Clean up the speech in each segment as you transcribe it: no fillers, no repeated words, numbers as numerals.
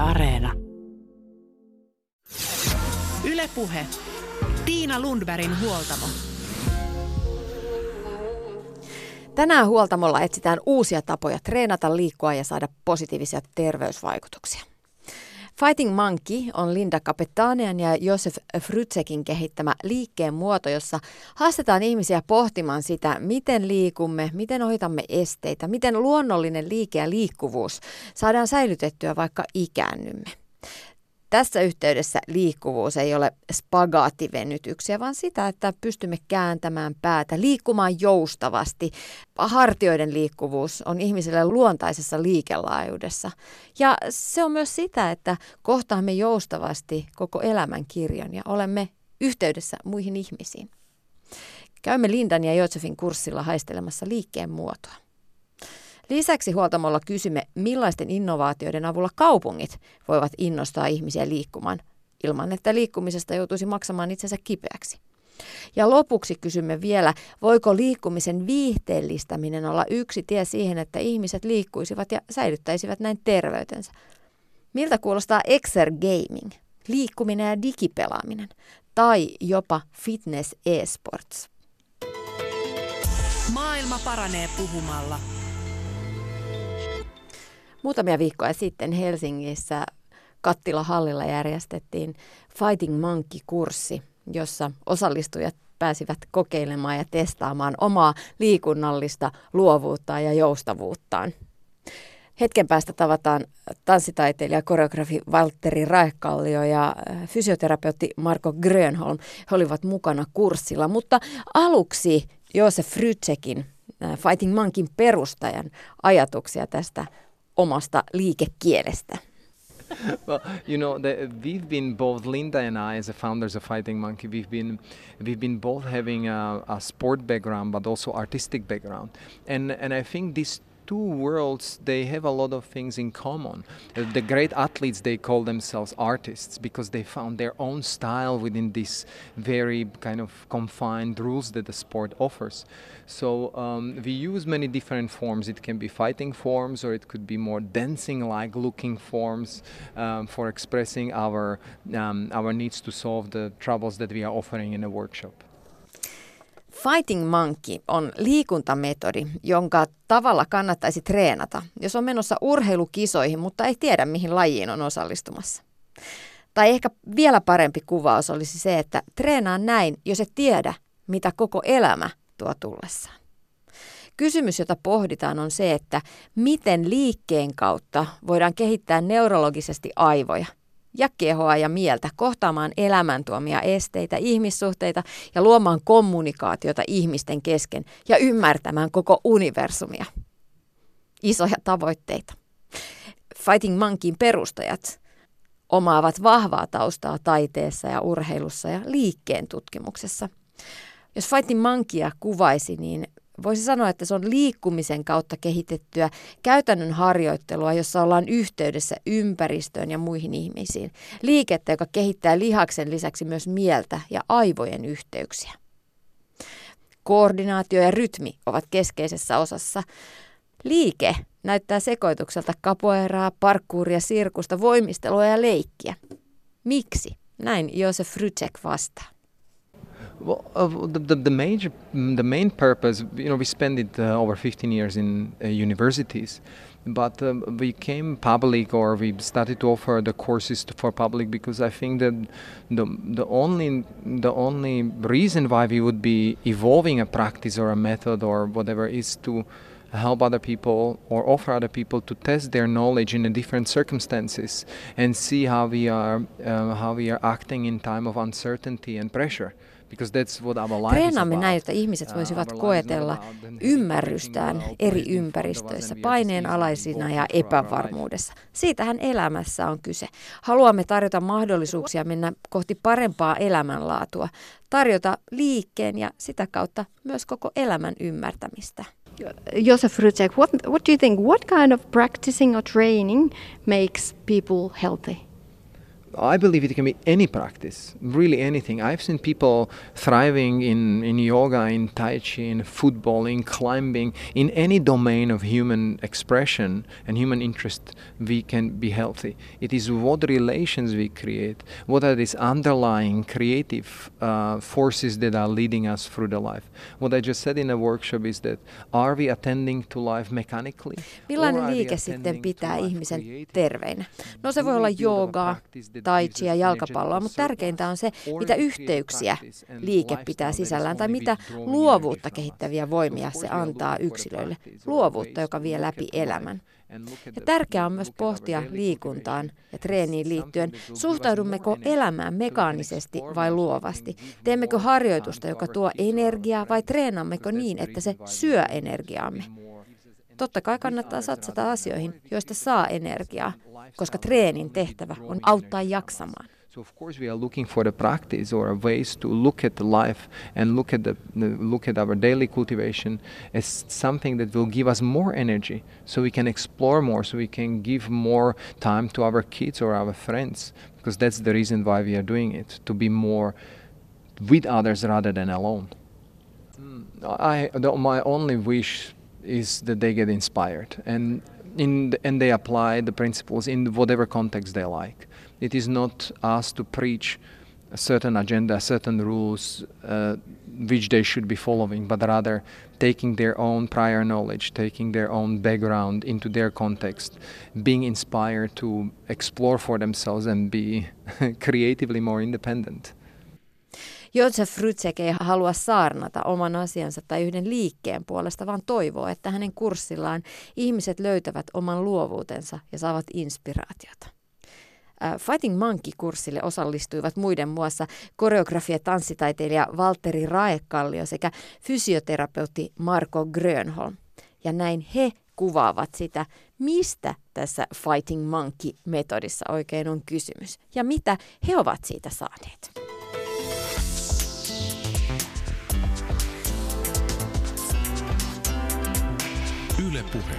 Areena. Yle Puhe. Tiina Lundbergin huoltamo. Tänään huoltamolla etsitään uusia tapoja treenata, liikkua ja saada positiivisia terveysvaikutuksia. Fighting Monkey on Linda Kapetanian ja Josef Frutzekin kehittämä liikkeen muoto, jossa haastetaan ihmisiä pohtimaan sitä, miten liikumme, miten ohitamme esteitä, miten luonnollinen liike ja liikkuvuus saadaan säilytettyä vaikka ikäännymme. Tässä yhteydessä liikkuvuus ei ole spagaattivenytyksiä, vaan sitä, että pystymme kääntämään päätä, liikkumaan joustavasti. Hartioiden liikkuvuus on ihmiselle luontaisessa liikelaajuudessa. Ja se on myös sitä, että kohtaamme joustavasti koko elämän kirjon ja olemme yhteydessä muihin ihmisiin. Käymme Lindan ja Josefin kurssilla haistelemassa liikkeen muotoa. Lisäksi huoltamolla kysymme, millaisten innovaatioiden avulla kaupungit voivat innostaa ihmisiä liikkumaan, ilman että liikkumisesta joutuisi maksamaan itsensä kipeäksi. Ja lopuksi kysymme vielä, voiko liikkumisen viihteellistäminen olla yksi tie siihen, että ihmiset liikkuisivat ja säilyttäisivät näin terveytensä. Miltä kuulostaa exergaming, liikkuminen ja digipelaaminen, tai jopa fitness e-sports? Maailma paranee puhumalla. Muutamia viikkoja sitten Helsingissä Kattila-hallilla järjestettiin Fighting Monkey-kurssi, jossa osallistujat pääsivät kokeilemaan ja testaamaan omaa liikunnallista luovuuttaan ja joustavuuttaan. Hetken päästä tavataan tanssitaiteilija, koreografi Valtteri Raekallio ja fysioterapeutti Marko Grönholm. He olivat mukana kurssilla, mutta aluksi Josef Frutzekin, Fighting Monkeyn perustajan, ajatuksia tästä omasta liikekielestä. Well, we've been both Linda and I, as the founders of Fighting Monkey, we've been both having a sport background, but also artistic background, and I think these two worlds, they have a lot of things in common. The great athletes, they call themselves artists because they found their own style within this very kind of confined rules that the sport offers. So we use many different forms. It can be fighting forms, or it could be more dancing-like looking forms for expressing our needs to solve the troubles that we are offering in a workshop. Fighting Monkey on liikuntametodi, jonka tavalla kannattaisi treenata, jos on menossa urheilukisoihin, mutta ei tiedä, mihin lajiin on osallistumassa. Tai ehkä vielä parempi kuvaus olisi se, että treenaa näin, jos et tiedä, mitä koko elämä tuo tullessaan. Kysymys, jota pohditaan, on se, että miten liikkeen kautta voidaan kehittää neurologisesti aivoja ja kehoa ja mieltä kohtaamaan elämäntuomia esteitä, ihmissuhteita ja luomaan kommunikaatiota ihmisten kesken ja ymmärtämään koko universumia. Isoja tavoitteita. Fighting Monkeyn perustajat omaavat vahvaa taustaa taiteessa ja urheilussa ja liikkeen tutkimuksessa. Jos Fighting Monkeya kuvaisi, niin voisi sanoa, että se on liikkumisen kautta kehitettyä käytännön harjoittelua, jossa ollaan yhteydessä ympäristöön ja muihin ihmisiin. Liikettä, joka kehittää lihaksen lisäksi myös mieltä ja aivojen yhteyksiä. Koordinaatio ja rytmi ovat keskeisessä osassa. Liike näyttää sekoitukselta capoeiraa, parkouria, sirkusta, voimistelua ja leikkiä. Miksi? Näin Josef Frutzek vastaa. Well, the main purpose, we spent it over 15 years in universities, but we came public, or we started to offer the courses for public because I think that the only reason why we would be evolving a practice or a method or whatever is to help other people or offer other people to test their knowledge in the different circumstances and see how we are acting in time of uncertainty and pressure. Treenaamme näin, jotta ihmiset voisivat koetella ymmärrystään eri ympäristöissä, paineenalaisina ja epävarmuudessa. Siitähän elämässä on kyse. Haluamme tarjota mahdollisuuksia mennä kohti parempaa elämänlaatua, tarjota liikkeen ja sitä kautta myös koko elämän ymmärtämistä. Josef Frutzek, what do you think? What kind of practicing or training makes people healthy? I believe it can be any practice, really anything. I've seen people thriving in yoga, in tai chi, in football, in climbing, in any domain of human expression and human interest. We can be healthy. It is what relations we create, what are these underlying creative forces that are leading us through the life. What I just said in a workshop is that are we attending to life mechanically? Millainen liike sitten pitää ihmisen terveinä? No se voi olla joogaa, tai chia, jalkapalloa, mutta tärkeintä on se, mitä yhteyksiä liike pitää sisällään tai mitä luovuutta kehittäviä voimia se antaa yksilöille. Luovuutta, joka vie läpi elämän. Ja tärkeää on myös pohtia liikuntaan ja treeniin liittyen, suhtaudummeko elämään mekaanisesti vai luovasti? Teemmekö harjoitusta, joka tuo energiaa vai treenaammeko niin, että se syö energiaamme? Totta kai kannattaa satsata asioihin, joista saa energiaa, koska treenin tehtävä on auttaa jaksamaan. So of course we are looking for the practice or ways to look at life and look at our daily cultivation as something that will give us more energy, so we can explore more, so we can give more time to our kids or our friends, because that's the reason why we are doing it, to be more with others rather than alone. My only wish is that they get inspired and they apply the principles in whatever context they like. It is not us to preach a certain agenda, certain rules which they should be following, but rather taking their own prior knowledge, taking their own background into their context, being inspired to explore for themselves and be creatively more independent. Josef Frutzek ei halua saarnata oman asiansa tai yhden liikkeen puolesta, vaan toivoo, että hänen kurssillaan ihmiset löytävät oman luovuutensa ja saavat inspiraatiota. Fighting Monkey-kurssille osallistuivat muiden muassa koreografia- ja tanssitaiteilija Valtteri Raekallio sekä fysioterapeutti Marko Grönholm. Ja näin he kuvaavat sitä, mistä tässä Fighting Monkey-metodissa oikein on kysymys ja mitä he ovat siitä saaneet. Yle Puhe.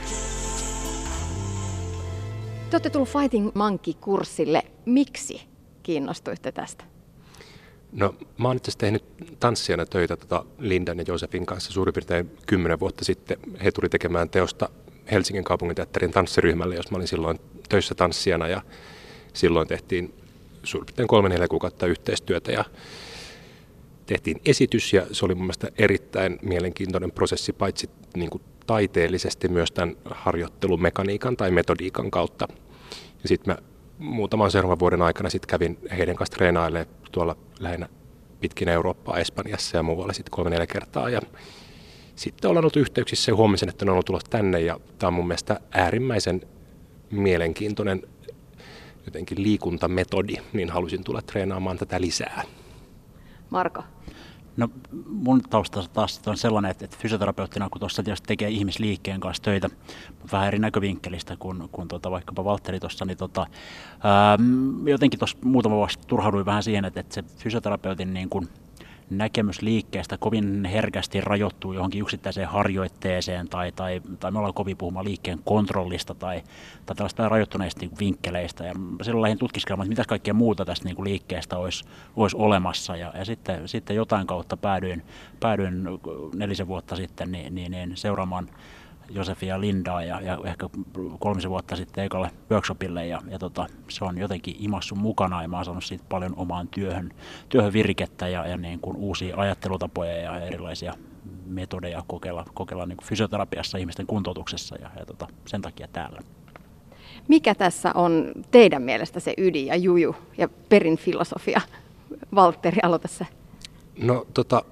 Te olette tullut Fighting Monkey-kurssille. Miksi kiinnostuitte tästä? No, mä oon itse asiassa tehnyt tanssijana töitä Lindan ja Josefin kanssa suurin piirtein 10 vuotta sitten. He tuli tekemään teosta Helsingin kaupunginteatterin tanssiryhmälle, jos mä olin silloin töissä tanssijana. Ja silloin tehtiin suurin piirtein 3-4 kuukautta yhteistyötä ja tehtiin esitys. Ja se oli mun mielestä erittäin mielenkiintoinen prosessi, paitsi niin kuin taiteellisesti myös tämän harjoittelumekaniikan tai metodiikan kautta. Ja sitten mä muutaman seuraavan vuoden aikana sitten kävin heidän kanssa treenailemaan tuolla lähinnä pitkin Eurooppaa, Espanjassa ja muualla sitten 3-4 kertaa. Ja sitten ollaan ollut yhteyksissä ja huomasin, että ne on ollut tulossa tänne ja tämä on mun mielestä äärimmäisen mielenkiintoinen jotenkin liikuntametodi, niin halusin tulla treenaamaan tätä lisää. Marko? No mun taustassa taas on sellainen, että fysioterapeuttina, kun tuossa tietysti tekee ihmisliikkeen kanssa töitä, mutta vähän eri näkövinkkelistä kuin vaikkapa Valtteri tuossa, niin jotenkin tuossa muutama vuosi turhauduin vähän siihen, että se fysioterapeutin niin kuin näkemys liikkeestä kovin herkästi rajoittuu johonkin yksittäiseen harjoitteeseen tai me ollaan kovin puhumaan liikkeen kontrollista tai tällaista rajoittuneista niin vinkkeleistä. Ja silloin lähdin tutkiskelemaan, että mitä kaikkea muuta tästä niin kuin liikkeestä olisi olemassa. Ja sitten jotain kautta päädyin 4 vuotta sitten niin seuraamaan Josefia ja Lindaa ja ehkä 3 vuotta sitten ekalle workshopille ja se on jotenkin imassut mukana ja mä oon saanut siitä paljon omaan työhön virkettä ja niin kuin uusia ajattelutapoja ja erilaisia metodeja kokeilla niin kuin fysioterapiassa, ihmisten kuntoutuksessa ja sen takia täällä. Mikä tässä on teidän mielestä se ydin ja juju ja perinfilosofia? Valtteri, aloita se. No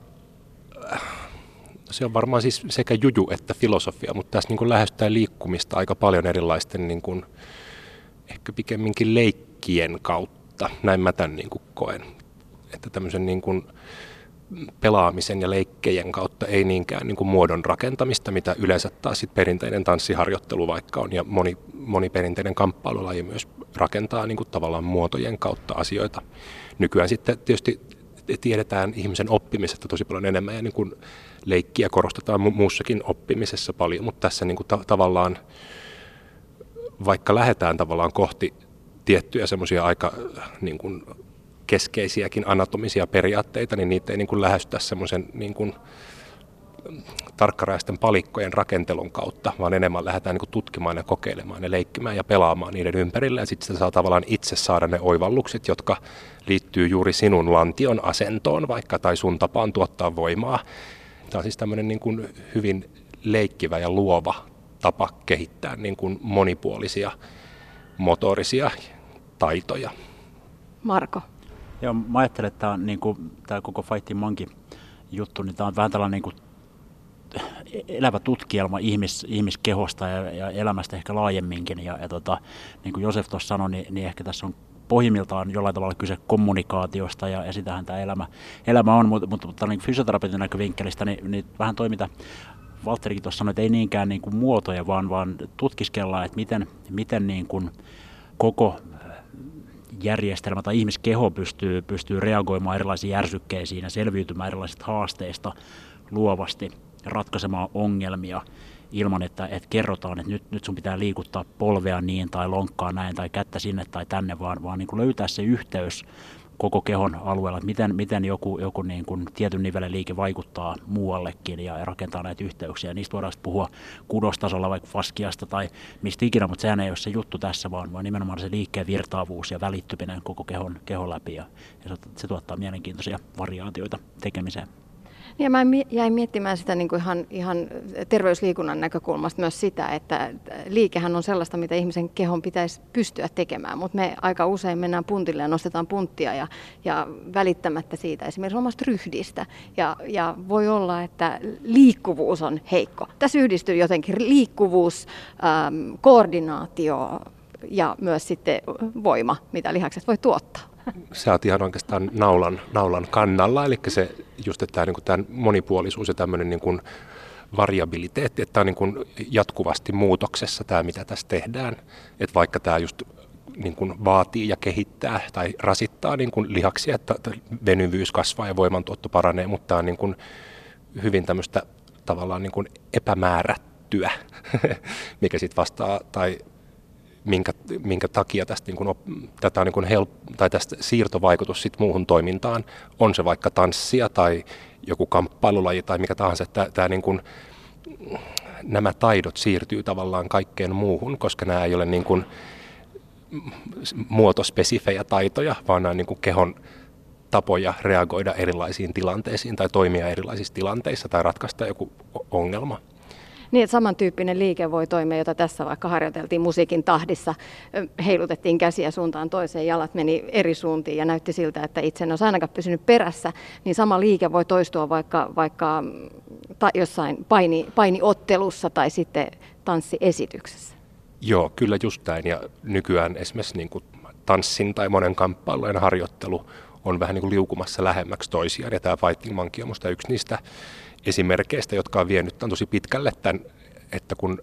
se on varmaan siis sekä juju että filosofia, mutta tässä niin kuin lähestytään liikkumista aika paljon erilaisten niin kuin, ehkä pikemminkin leikkien kautta. Näin mä tämän niin kuin koen. Että tämmöisen niin kuin pelaamisen ja leikkejen kautta ei niinkään niin kuin muodon rakentamista, mitä yleensä taas sit perinteinen tanssiharjoittelu vaikka on. Ja moni perinteinen kamppailulaji myös rakentaa niin kuin tavallaan muotojen kautta asioita. Nykyään sitten tietysti tiedetään ihmisen oppimisesta tosi paljon enemmän ja niin kuin leikkiä korostetaan muussakin oppimisessa paljon, mutta tässä niin kuin tavallaan, vaikka lähdetään tavallaan kohti tiettyjä semmoisia aika niin kuin keskeisiäkin anatomisia periaatteita, niin niitä ei niin kuin lähestytä semmoisen niin kuin tarkkaraisten palikkojen rakentelun kautta, vaan enemmän lähdetään niin kuin tutkimaan ja kokeilemaan ja leikkimään ja pelaamaan niiden ympärillä. Ja sitten saa tavallaan itse saada ne oivallukset, jotka liittyy juuri sinun lantion asentoon vaikka tai sun tapaan tuottaa voimaa. Tämä on siis tämmöinen niin kuin hyvin leikkivä ja luova tapa kehittää niin kuin monipuolisia motorisia taitoja. Marko. Joo, mä ajattelen, että tämä, niin kuin, tämä koko Fighting Monkey juttu, niin tämä on vähän tällainen niin kuin elävä tutkielma ihmiskehosta ja elämästä ehkä laajemminkin. Niin kuin Josef tuossa sanoi, niin ehkä tässä on pohjimmiltaan jollain tavalla kyse kommunikaatiosta ja sitähän tämä elämä on, mutta niin fysioterapeutin näkövinkkelistä niin vähän toi, mitä Valtterikin tuossa sanoi, että ei niinkään niin kuin muotoja, vaan tutkiskellaan, että miten niin kuin koko järjestelmä tai ihmiskeho pystyy reagoimaan erilaisiin järsykkeisiin ja selviytymään erilaisista haasteista luovasti, ratkaisemaan ongelmia ilman, että kerrotaan, että nyt sun pitää liikuttaa polvea niin tai lonkkaa näin tai kättä sinne tai tänne, vaan niin kuin löytää se yhteys koko kehon alueella, että miten joku niin kuin tietyn nivelen liike vaikuttaa muuallekin ja rakentaa näitä yhteyksiä. Niistä voidaan puhua kudostasolla vaikka faskiasta tai mistä ikinä, mutta sehän ei ole se juttu tässä, vaan nimenomaan se liikkeen virtaavuus ja välittyminen koko kehon läpi ja se tuottaa mielenkiintoisia variaatioita tekemiseen. Ja mä jäin miettimään sitä niin kuin ihan terveysliikunnan näkökulmasta myös sitä, että liikehän on sellaista, mitä ihmisen kehon pitäisi pystyä tekemään, mutta me aika usein mennään puntille ja nostetaan punttia ja välittämättä siitä esimerkiksi omasta ryhdistä. Ja voi olla, että liikkuvuus on heikko. Tässä yhdistyy jotenkin liikkuvuus, koordinaatio ja myös sitten voima, mitä lihakset voi tuottaa. Sä oot ihan oikeastaan naulan kannalla, eli se just, että tämä monipuolisuus ja tämmöinen niin kuin variabiliteetti, että tämä on niin kuin jatkuvasti muutoksessa tämä, mitä tässä tehdään. Että vaikka tämä just niin kuin vaatii ja kehittää tai rasittaa niin kuin lihaksia, että venyvyys kasvaa ja voimantuotto paranee, mutta tämä on niin kuin hyvin tämmöistä tavallaan niin kuin epämäärättyä, mikä sitten vastaa tai minkä takia tästä, niin kuin, tätä on niin kuin tai tästä siirtovaikutus sit muuhun toimintaan, on se vaikka tanssia tai joku kamppailulaji tai mikä tahansa, että tämä niin kuin, nämä taidot siirtyy tavallaan kaikkeen muuhun, koska nämä ei ole niin kuin muotospesifejä taitoja, vaan nämä on niin kuin kehon tapoja reagoida erilaisiin tilanteisiin tai toimia erilaisissa tilanteissa tai ratkaista joku ongelma. Niin, että samantyyppinen liike voi toimia, jota tässä vaikka harjoiteltiin musiikin tahdissa, heilutettiin käsiä suuntaan toiseen, jalat meni eri suuntiin ja näytti siltä, että itse en olisi ainakaan pysynyt perässä, niin sama liike voi toistua vaikka jossain painiottelussa tai sitten tanssiesityksessä. Joo, kyllä just näin, ja nykyään esimerkiksi niin kuin tanssin tai monen kamppailujen harjoittelu on vähän niin kuin liukumassa lähemmäksi toisiaan, ja tämä Fighting Monkey on minusta yksi niistä esimerkkeistä, jotka on vienyt tämän tosi pitkälle, että kun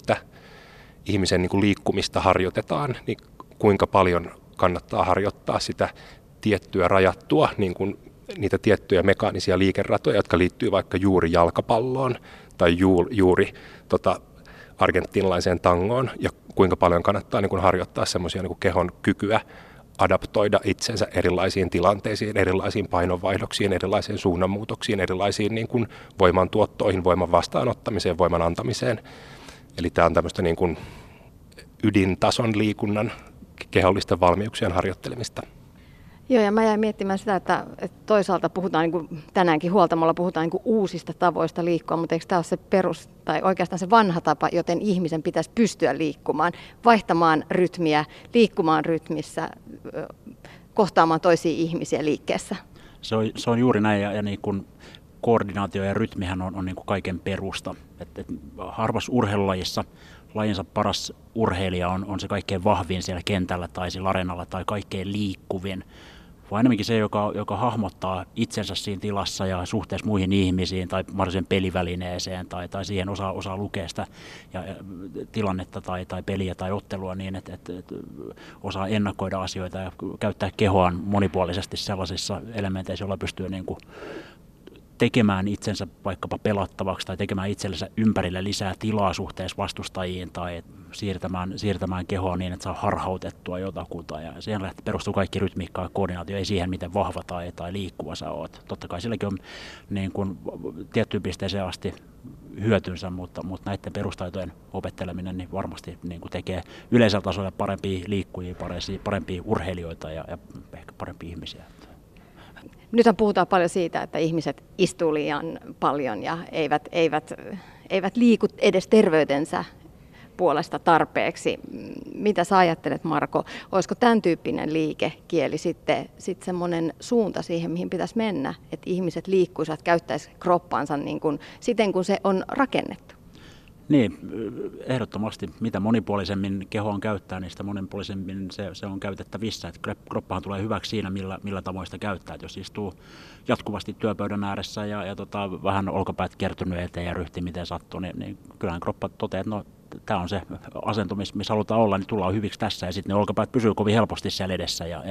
ihmisen niin kuin liikkumista harjoitetaan, niin kuinka paljon kannattaa harjoittaa sitä tiettyä rajattua, niin kuin niitä tiettyjä mekaanisia liikeratoja, jotka liittyy vaikka juuri jalkapalloon tai juuri argentinalaiseen tangoon, ja kuinka paljon kannattaa niin kuin harjoittaa semmoisia niin kuin kehon kykyä adaptoida itsensä erilaisiin tilanteisiin, erilaisiin painonvaihdoksiin, erilaisiin suunnanmuutoksiin, erilaisiin niin kuin voiman tuottoihin, voiman vastaanottamiseen, voiman antamiseen. Eli tämä on tämmöistä niin kuin ydintason liikunnan kehollisten valmiuksien harjoittelemista. Joo, ja mä jäin miettimään sitä, että toisaalta puhutaan, niin kuin tänäänkin huoltamolla puhutaan niin kuin uusista tavoista liikkua, mutta eikö tämä ole se perus, tai oikeastaan se vanha tapa, joten ihmisen pitäisi pystyä liikkumaan, vaihtamaan rytmiä, liikkumaan rytmissä, kohtaamaan toisia ihmisiä liikkeessä? Se on juuri näin, ja niin kuin koordinaatio ja rytmihän on niin kuin kaiken perusta. Et harvassa urheilulajissa lajinsa paras urheilija on se kaikkein vahvin siellä kentällä tai sillä areenalla tai kaikkein liikkuvin, vaan enemmänkin se, joka hahmottaa itsensä siinä tilassa ja suhteessa muihin ihmisiin tai mahdolliseen pelivälineeseen tai siihen osaa lukea sitä ja tilannetta tai peliä tai ottelua niin, että osaa ennakoida asioita ja käyttää kehoaan monipuolisesti sellaisissa elementeissä, joilla pystyy niin kuin tekemään itsensä vaikkapa pelattavaksi tai tekemään itsellensä ympärille lisää tilaa suhteessa vastustajiin tai siirtämään kehoa niin, että saa harhautettua jotakuta. Ja siihen perustuu kaikki rytmiikka ja koordinaatio, ei siihen, miten vahva tai liikkuva sä oot. Totta kai silläkin on niin kuin tiettyyn pisteeseen asti hyötynsä, mutta näiden perustaitojen opetteleminen niin varmasti niin kuin tekee yleisellä tasolla parempia liikkujia, parempia urheilijoita ja ehkä parempia ihmisiä. Nythän puhutaan paljon siitä, että ihmiset istuu liian paljon ja eivät liiku edes terveytensä puolesta tarpeeksi. Mitä sä ajattelet, Marko? Olisiko tämän tyyppinen liikekieli sitten semmoinen suunta siihen, mihin pitäisi mennä, että ihmiset liikkuisivat, käyttäisivät kroppaansa niin kuin, siten kuin se on rakennettu? Niin, ehdottomasti. Mitä monipuolisemmin kehoa käyttää, niin sitä monipuolisemmin se on käytettävissä. Että kroppahan tulee hyväksi siinä, millä tavoin sitä käyttää. Et jos istuu jatkuvasti työpöydän ääressä ja vähän olkapäät kertynyt eteen ja ryhti miten sattuu, niin kyllähän kroppa toteaa, että no, tämä on se asento, missä halutaan olla, niin tullaan hyviksi tässä. Ja sitten ne olkapäät pysyy kovin helposti siellä edessä ja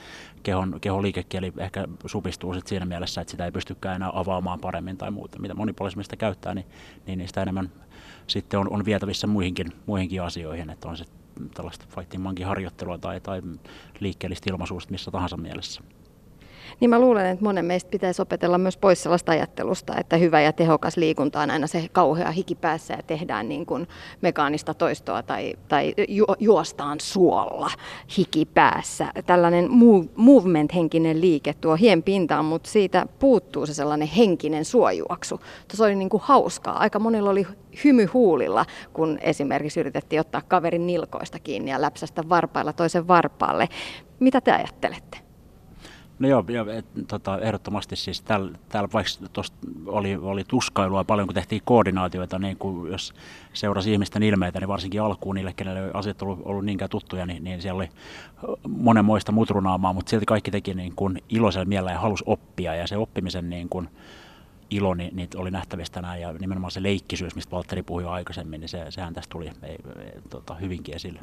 kehon liikekieli ehkä supistuu sit siinä mielessä, että sitä ei pystykään enää avaamaan paremmin tai muuta. Mitä monipuolisemmin sitä käyttää, niin sitä enemmän sitten on vietävissä muihinkin asioihin, että on se tällaista fighting monkey harjoittelua tai liikkeellistä ilmaisuutta missä tahansa mielessä. Niin mä luulen, että monen meistä pitäisi opetella myös pois sellaista ajattelusta, että hyvä ja tehokas liikunta on aina se kauhea hiki päässä ja tehdään niin kuin mekaanista toistoa tai juostaan suolla hiki päässä. Tällainen movement-henkinen liike tuo hien pintaan, mutta siitä puuttuu se sellainen henkinen suojuoksu. Se oli niin kuin hauskaa. Aika monilla oli hymy huulilla, kun esimerkiksi yritettiin ottaa kaverin nilkoista kiinni ja läpsästä varpailla toisen varpaalle. Mitä te ajattelette? No joo, ehdottomasti siis täällä vaikka tuosta oli tuskailua paljon, kun tehtiin koordinaatioita, niin kun jos seurasi ihmisten ilmeitä, niin varsinkin alkuun niille, kenelle ei asiat ollut niinkään tuttuja, niin siellä oli monenmoista mutrunaamaa, mutta silti kaikki teki niin kuin iloisella mielellä ja halusi oppia, ja se oppimisen niin kuin ilo niin oli nähtävissä tänään, ja nimenomaan se leikkisyys, mistä Valtteri puhui jo aikaisemmin, niin sehän tästä tuli hyvinkin esille.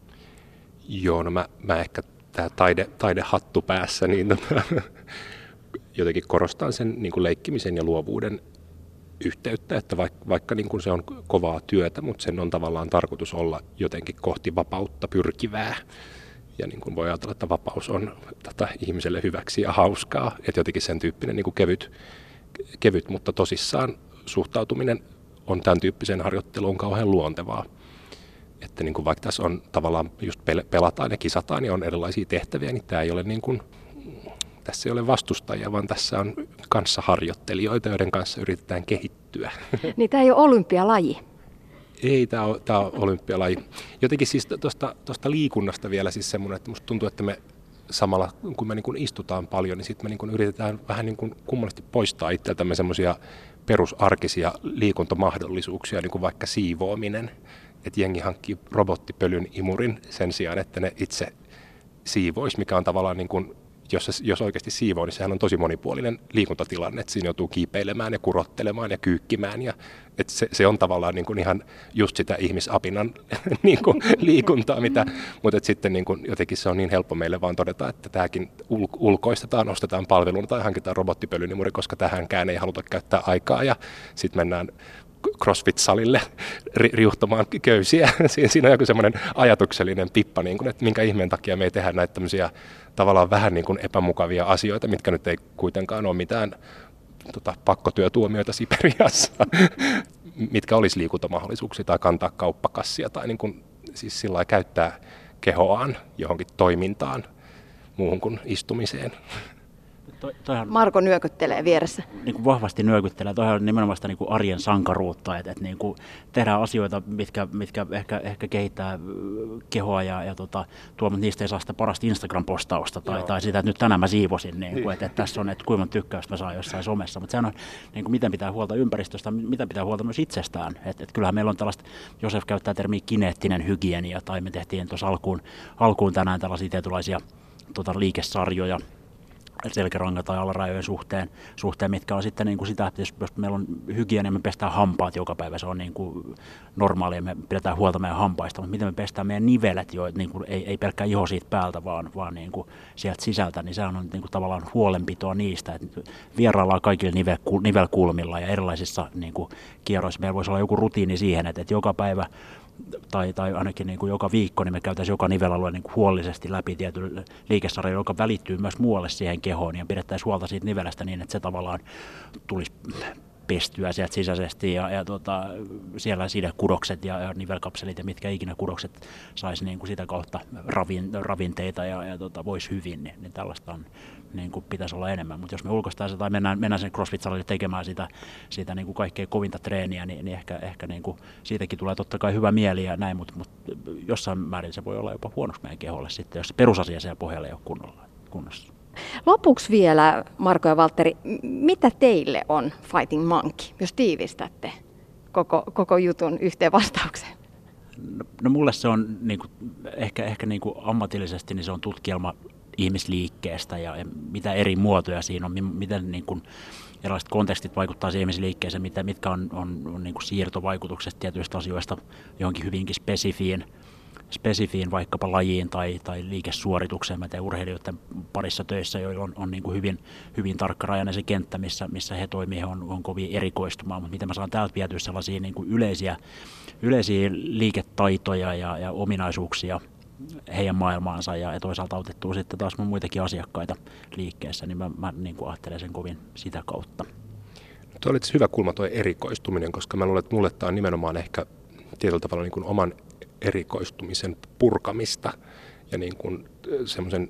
Joo, no mä ehkä tämä taidehattu päässä, niin jotenkin korostan sen niin kuin leikkimisen ja luovuuden yhteyttä, että vaikka niin kuin se on kovaa työtä, mutta sen on tavallaan tarkoitus olla jotenkin kohti vapautta pyrkivää. Ja niin kuin voi ajatella, että vapaus on ihmiselle hyväksi ja hauskaa, että jotenkin sen tyyppinen niin kuin kevyt, mutta tosissaan suhtautuminen on tämän tyyppiseen harjoitteluun kauhean luontevaa. Että niin kuin vaikka tässä on tavallaan just pelataan ja kisataan ja on erilaisia tehtäviä, niin tämä ei ole niin kuin, tässä ei ole vastustajia, vaan tässä on kanssaharjoittelijoita, joiden kanssa yritetään kehittyä. Niin tämä ei ole olympialaji. Ei, tämä on olympialaji. Jotenkin siis tuosta liikunnasta vielä siis semmoinen, että musta tuntuu, että me samalla kun me niin kuin istutaan paljon, niin sitten me niin kuin yritetään vähän niin kuin kummallisesti poistaa itseltämme semmoisia perusarkisia liikuntamahdollisuuksia, niin kuin vaikka siivoaminen. Että jengi hankkii robottipölyn imurin sen sijaan, että ne itse siivoisi, mikä on tavallaan, niin kuin, jos oikeasti siivoo, niin sehän on tosi monipuolinen liikuntatilanne, että siinä joutuu kiipeilemään ja kurottelemaan ja kyykkimään. Ja, että se on tavallaan niin kuin ihan just sitä ihmisapinan niin kuin liikuntaa, mutta sitten niin kuin, jotenkin se on niin helppo meille vaan todeta, että tämäkin ulkoistetaan, ostetaan palveluna tai hankitaan robottipölyn imuri, koska tähänkään ei haluta käyttää aikaa ja sitten mennään CrossFit-salille riuhtamaan köysiä. Siinä on joku semmoinen ajatuksellinen pippa, niin kuin, että minkä ihmeen takia me ei tehdä näitä tämmöisiä tavallaan vähän niin kuin epämukavia asioita, mitkä nyt ei kuitenkaan ole mitään pakkotyötuomioita Siperiassa, mitkä olisi liikuntamahdollisuuksia tai kantaa kauppakassia tai niin kuin, siis sillä lailla käyttää kehoaan johonkin toimintaan muuhun kuin istumiseen. Marko nyökyttelee vieressä. Niin kuin vahvasti nyökyttelee. Tuohan on nimenomaan sitä niin kuin arjen sankaruutta, että niin kuin tehdään asioita, mitkä ehkä kehittää kehoa ja tuomat niistä ei saa sitä parasta Instagram-postausta tai sitä, että nyt tänään mä siivosin, niin kuin, että tässä on, että kuinka tykkäystä mä saan jossain somessa. Mutta sehän on, niin kuin, miten pitää huolta ympäristöstä, miten pitää huolta myös itsestään. Että kyllähän meillä on tällaista, Josef käyttää termiä kineettinen hygienia, tai me tehtiin tuossa alkuun tänään tällaisia tietynlaisia liikesarjoja, selkärangan tai alarajojen suhteen, mitkä on sitten niin kuin sitä, että jos meillä on hygienia, me pestään hampaat joka päivä, se on niin kuin normaalia, me pidetään huolta meidän hampaista, mutta miten me pestään meidän nivelet, joita niin kuin ei pelkkää iho siitä päältä, vaan niin kuin sieltä sisältä, niin se on niin kuin tavallaan huolenpitoa niistä, että vieraillaan kaikilla nivelkulmilla ja erilaisissa niin kuin kierroissa. Meillä voisi olla joku rutiini siihen, että joka päivä tai ainakin niin kuin joka viikko, niin me käytäisiin joka nivelalue niin kuin huolellisesti läpi tietyllä liikesarjalla, joka välittyy myös muualle siihen kehoon, ja pidettäisiin huolta siitä nivelestä niin, että se tavallaan tulisi pestyä sieltä sisäisesti ja siellä sidekudokset ja nivelkapselit ja mitkä ikinä kudokset saisi niin kuin sitä kautta ravinteita ja voisi hyvin, niin tällaista on, niin kuin pitäisi olla enemmän. Mutta jos me ulkoistaan se tai mennään sen CrossFit-salille tekemään sitä niin kuin kaikkein kovinta treeniä, niin ehkä niin kuin siitäkin tulee totta kai hyvä mieli ja näin, mutta jossain määrin se voi olla jopa huonoksi meidän keholle sitten, jos se perusasia siellä pohjalla ei ole kunnossa. Lopuksi vielä, Marko ja Valtteri, mitä teille on Fighting Monkey, jos tiivistätte koko jutun yhteen vastaukseen? No mulle se on niinku, ehkä niinku ammatillisesti niin se on tutkielma ihmisliikkeestä ja mitä eri muotoja siinä on, miten niinku erilaiset kontekstit vaikuttaa siihen ihmisliikkeeseen, mitkä on niinku siirtovaikutukset tietyistä asioista johonkin hyvinkin spesifiin vaikkapa lajiin tai liikesuoritukseen. Mä teen urheilijoiden parissa töissä, joilla on niin kuin hyvin tarkkarajainen se kenttä, missä he toimii, he on kovin erikoistumaan, mutta miten mä saan täältä vietyä sellaisia niin kuin yleisiä liiketaitoja ja ominaisuuksia heidän maailmaansa ja toisaalta autettua sitten taas mun muitakin asiakkaita liikkeessä, niin mä niin kuin ajattelen sen kovin sitä kautta. Tuo oli hyvä kulma tuo erikoistuminen, koska mä luulen, että mulle tämä on nimenomaan ehkä tietyllä tavalla niin kuin oman erikoistumisen purkamista ja niin kuin semmoisen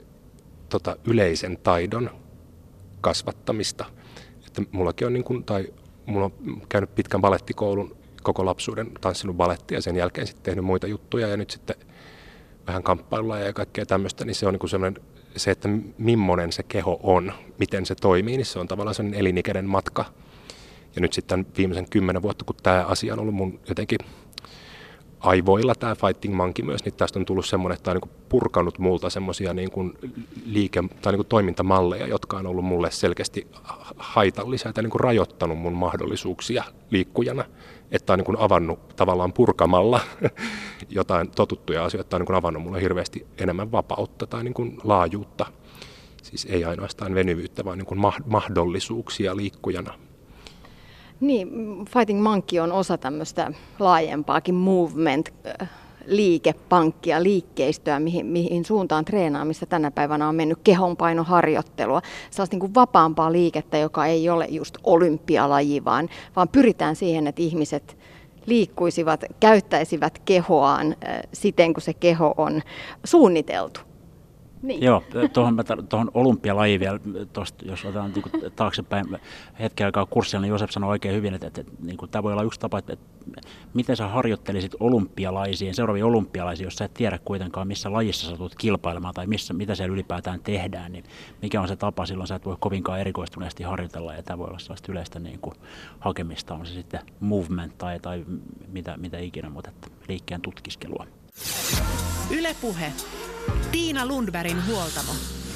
yleisen taidon kasvattamista. Että mullakin on niin kuin, mulla on käynyt pitkän balettikoulun koko lapsuuden, tanssinut balettia ja sen jälkeen sitten tehnyt muita juttuja ja nyt sitten vähän kamppailulla ja kaikkea tämmöistä, niin se on niin kuin semmoinen, se, että millainen se keho on, miten se toimii, niin se on tavallaan sellainen elinikäinen matka. Ja nyt sitten viimeisen 10 vuotta, kun tämä asia on ollut mun jotenkin aivoilla, tämä Fighting Monkey myös, niin tästä on tullut semmoinen, että tämä on niin purkanut multa semmoisia niin tai niin toimintamalleja, jotka on ollut mulle selkeästi haitallisia tai niin rajoittanut mun mahdollisuuksia liikkujana. Että on niin avannut tavallaan purkamalla jotain totuttuja asioita, on niin avannut mulle hirveästi enemmän vapautta tai niin laajuutta. Siis ei ainoastaan venyvyyttä, vaan niin mahdollisuuksia liikkujana. Niin, Fighting Monkey on osa tämmöistä laajempaakin movement-liikepankkia, liikkeistöä, mihin suuntaan treenaamista tänä päivänä on mennyt kehonpainoharjoittelua. Sellaista niin kuin vapaampaa liikettä, joka ei ole just olympialaji, vaan pyritään siihen, että ihmiset liikkuisivat, käyttäisivät kehoaan siten, kun se keho on suunniteltu. Niin. Joo, tuohon olympialajiin vielä, jos otetaan niin taaksepäin hetken aikaa kurssilla, niin Josef sanoi oikein hyvin, että niin tämä voi olla yksi tapa, että miten sä harjoittelisit seuraavia olympialaisiin, jos sä et tiedä kuitenkaan, missä lajissa sä tulet kilpailemaan tai mitä siellä ylipäätään tehdään, niin mikä on se tapa, silloin sä et voi kovinkaan erikoistuneesti harjoitella, ja tämä voi olla sellaista yleistä niin kuin hakemista, on se sitten movement tai mitä ikinä, mutta liikkeen tutkiskelua. Yle Puhe. Tiina Lundbergin huoltamo.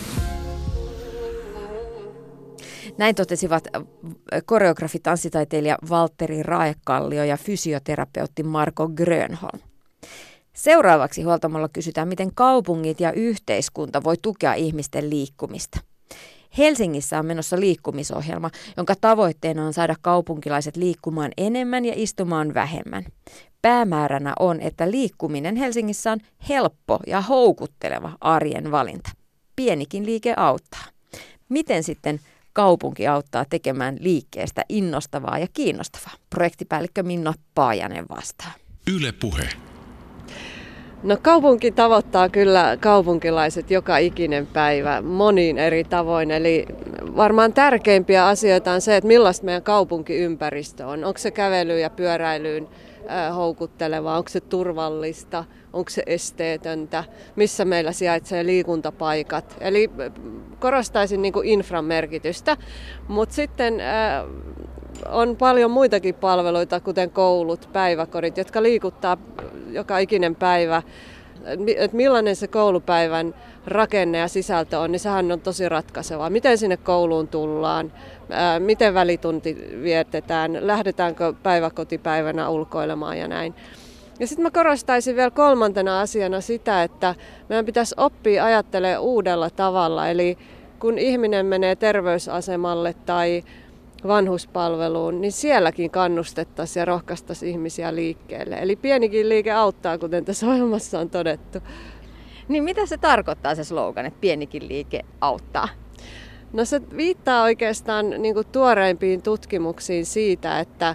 Näin totesivat koreografi, tanssitaiteilija Valtteri Raekallio ja fysioterapeutti Marko Grönholm. Seuraavaksi huoltamolla kysytään, miten kaupungit ja yhteiskunta voi tukea ihmisten liikkumista. Helsingissä on menossa liikkumisohjelma, jonka tavoitteena on saada kaupunkilaiset liikkumaan enemmän ja istumaan vähemmän. Päämääränä on, että liikkuminen Helsingissä on helppo ja houkutteleva arjen valinta. Pienikin liike auttaa. Miten sitten kaupunki auttaa tekemään liikkeestä innostavaa ja kiinnostavaa? Projektipäällikkö Minna Paajanen vastaa. Yle Puhe. No kaupunki tavoittaa kyllä kaupunkilaiset joka ikinen päivä monin eri tavoin. Eli varmaan tärkeimpiä asioita on se, että millaista meidän kaupunkiympäristö on. Onko se kävelyyn ja pyöräilyyn houkuttelevaa, onko se turvallista, onko se esteetöntä, missä meillä sijaitsee liikuntapaikat. Eli korostaisin niin kuin infran merkitystä, mutta sitten on paljon muitakin palveluita, kuten koulut, päiväkodit, jotka liikuttaa joka ikinen päivä että millainen se koulupäivän rakenne ja sisältö on, niin sehän on tosi ratkaisevaa. Miten sinne kouluun tullaan, miten välitunti vietetään, lähdetäänkö päiväkotipäivänä ulkoilemaan ja näin. Ja sitten mä korostaisin vielä kolmantena asiana sitä, että meidän pitäisi oppia ajattelemaan uudella tavalla. Eli kun ihminen menee terveysasemalle tai vanhuspalveluun, niin sielläkin kannustettaisiin ja rohkaistaisiin ihmisiä liikkeelle. Eli pienikin liike auttaa, kuten tässä ohjelmassa on todettu. Niin mitä se tarkoittaa se slogan, että pienikin liike auttaa? No se viittaa oikeastaan niin kuin tuoreimpiin tutkimuksiin siitä, että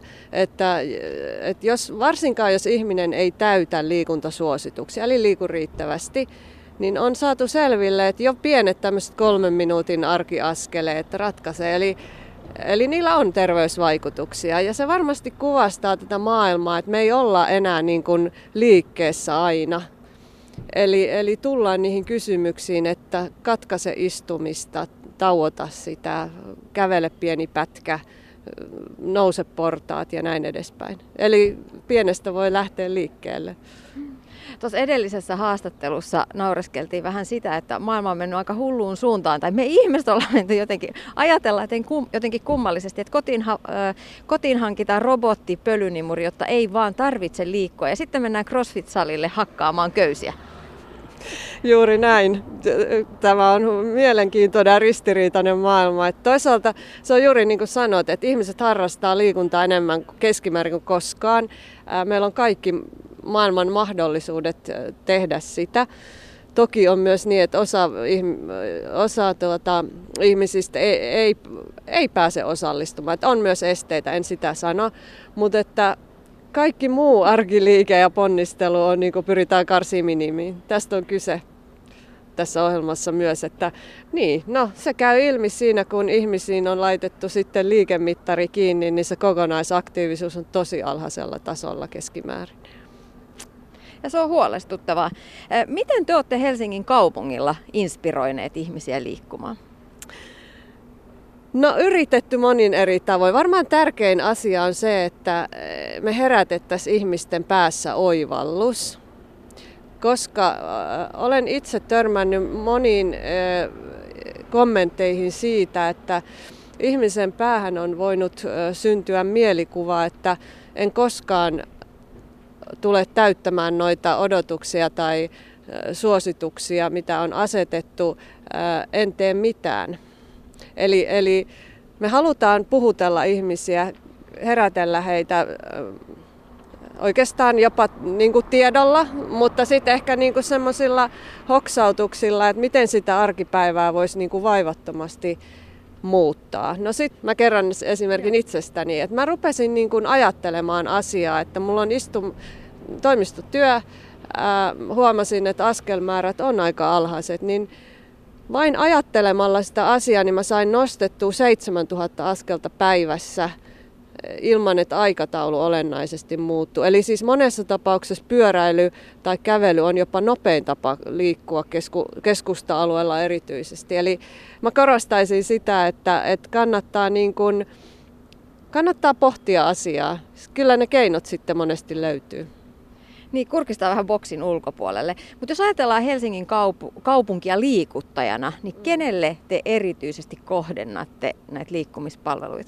varsinkaan jos ihminen ei täytä liikuntasuosituksia, eli liiku riittävästi, niin on saatu selville, että jo pienet tämmöiset 3 minuutin arkiaskeleet ratkaisee. Eli niillä on terveysvaikutuksia ja se varmasti kuvastaa tätä maailmaa, että me ei olla enää niin kuin liikkeessä aina. Eli tullaan niihin kysymyksiin, että katkaise istumista, tauota sitä, kävele pieni pätkä, nouse portaat ja näin edespäin. Eli pienestä voi lähteä liikkeelle. Tuossa edellisessä haastattelussa naureskeltiin vähän sitä, että maailma on mennyt aika hulluun suuntaan, tai me ihmiset ollaan menty ajatellaan jotenkin kummallisesti, että kotiin hankitaan robottipölynimuri, jotta ei vaan tarvitse liikkua, ja sitten mennään CrossFit-salille hakkaamaan köysiä. Juuri näin. Tämä on mielenkiintoinen ja ristiriitainen maailma. Että toisaalta se on juuri niin kuin sanot, että ihmiset harrastaa liikuntaa enemmän keskimäärin kuin koskaan. Meillä on kaikki maailman mahdollisuudet tehdä sitä. Toki on myös niin, että osa ihmisistä ei pääse osallistumaan. Että on myös esteitä, en sitä sano. Mutta että kaikki muu arkiliike ja ponnistelu on, niin kuin pyritään karsimaan minimiin. Tästä on kyse tässä ohjelmassa myös, että se käy ilmi siinä, kun ihmisiin on laitettu sitten liikemittari kiinni, niin se kokonaisaktiivisuus on tosi alhaisella tasolla keskimäärin. Ja se on huolestuttavaa. Miten te olette Helsingin kaupungilla inspiroineet ihmisiä liikkumaan? No yritetty monin eri tavoin. Varmaan tärkein asia on se, että me herätettäisiin ihmisten päässä oivallus, koska olen itse törmännyt moniin kommentteihin siitä, että ihmisen päähän on voinut syntyä mielikuva, että en koskaan tule täyttämään noita odotuksia tai suosituksia, mitä on asetettu, en tee mitään. Eli me halutaan puhutella ihmisiä, herätellä heitä oikeastaan jopa niin kuin tiedolla, mutta sitten ehkä niin kuin semmoisilla hoksautuksilla, että miten sitä arkipäivää voisi niin kuin vaivattomasti muuttaa. No sitten mä kerron esimerkin itsestäni, että mä rupesin niin kuin ajattelemaan asiaa, että mulla on toimistotyö, huomasin, että askelmäärät on aika alhaiset, niin vain ajattelemalla sitä asiaa, niin mä sain nostettua 7000 askelta päivässä ilman, että aikataulu olennaisesti muuttuu. Eli siis monessa tapauksessa pyöräily tai kävely on jopa nopein tapa liikkua keskusta-alueella erityisesti. Eli mä korostaisin sitä, että kannattaa pohtia asiaa. Kyllä ne keinot sitten monesti löytyy. Niin, kurkistaa vähän boksin ulkopuolelle. Mutta jos ajatellaan Helsingin kaupunkia liikuttajana, niin kenelle te erityisesti kohdennatte näitä liikkumispalveluita?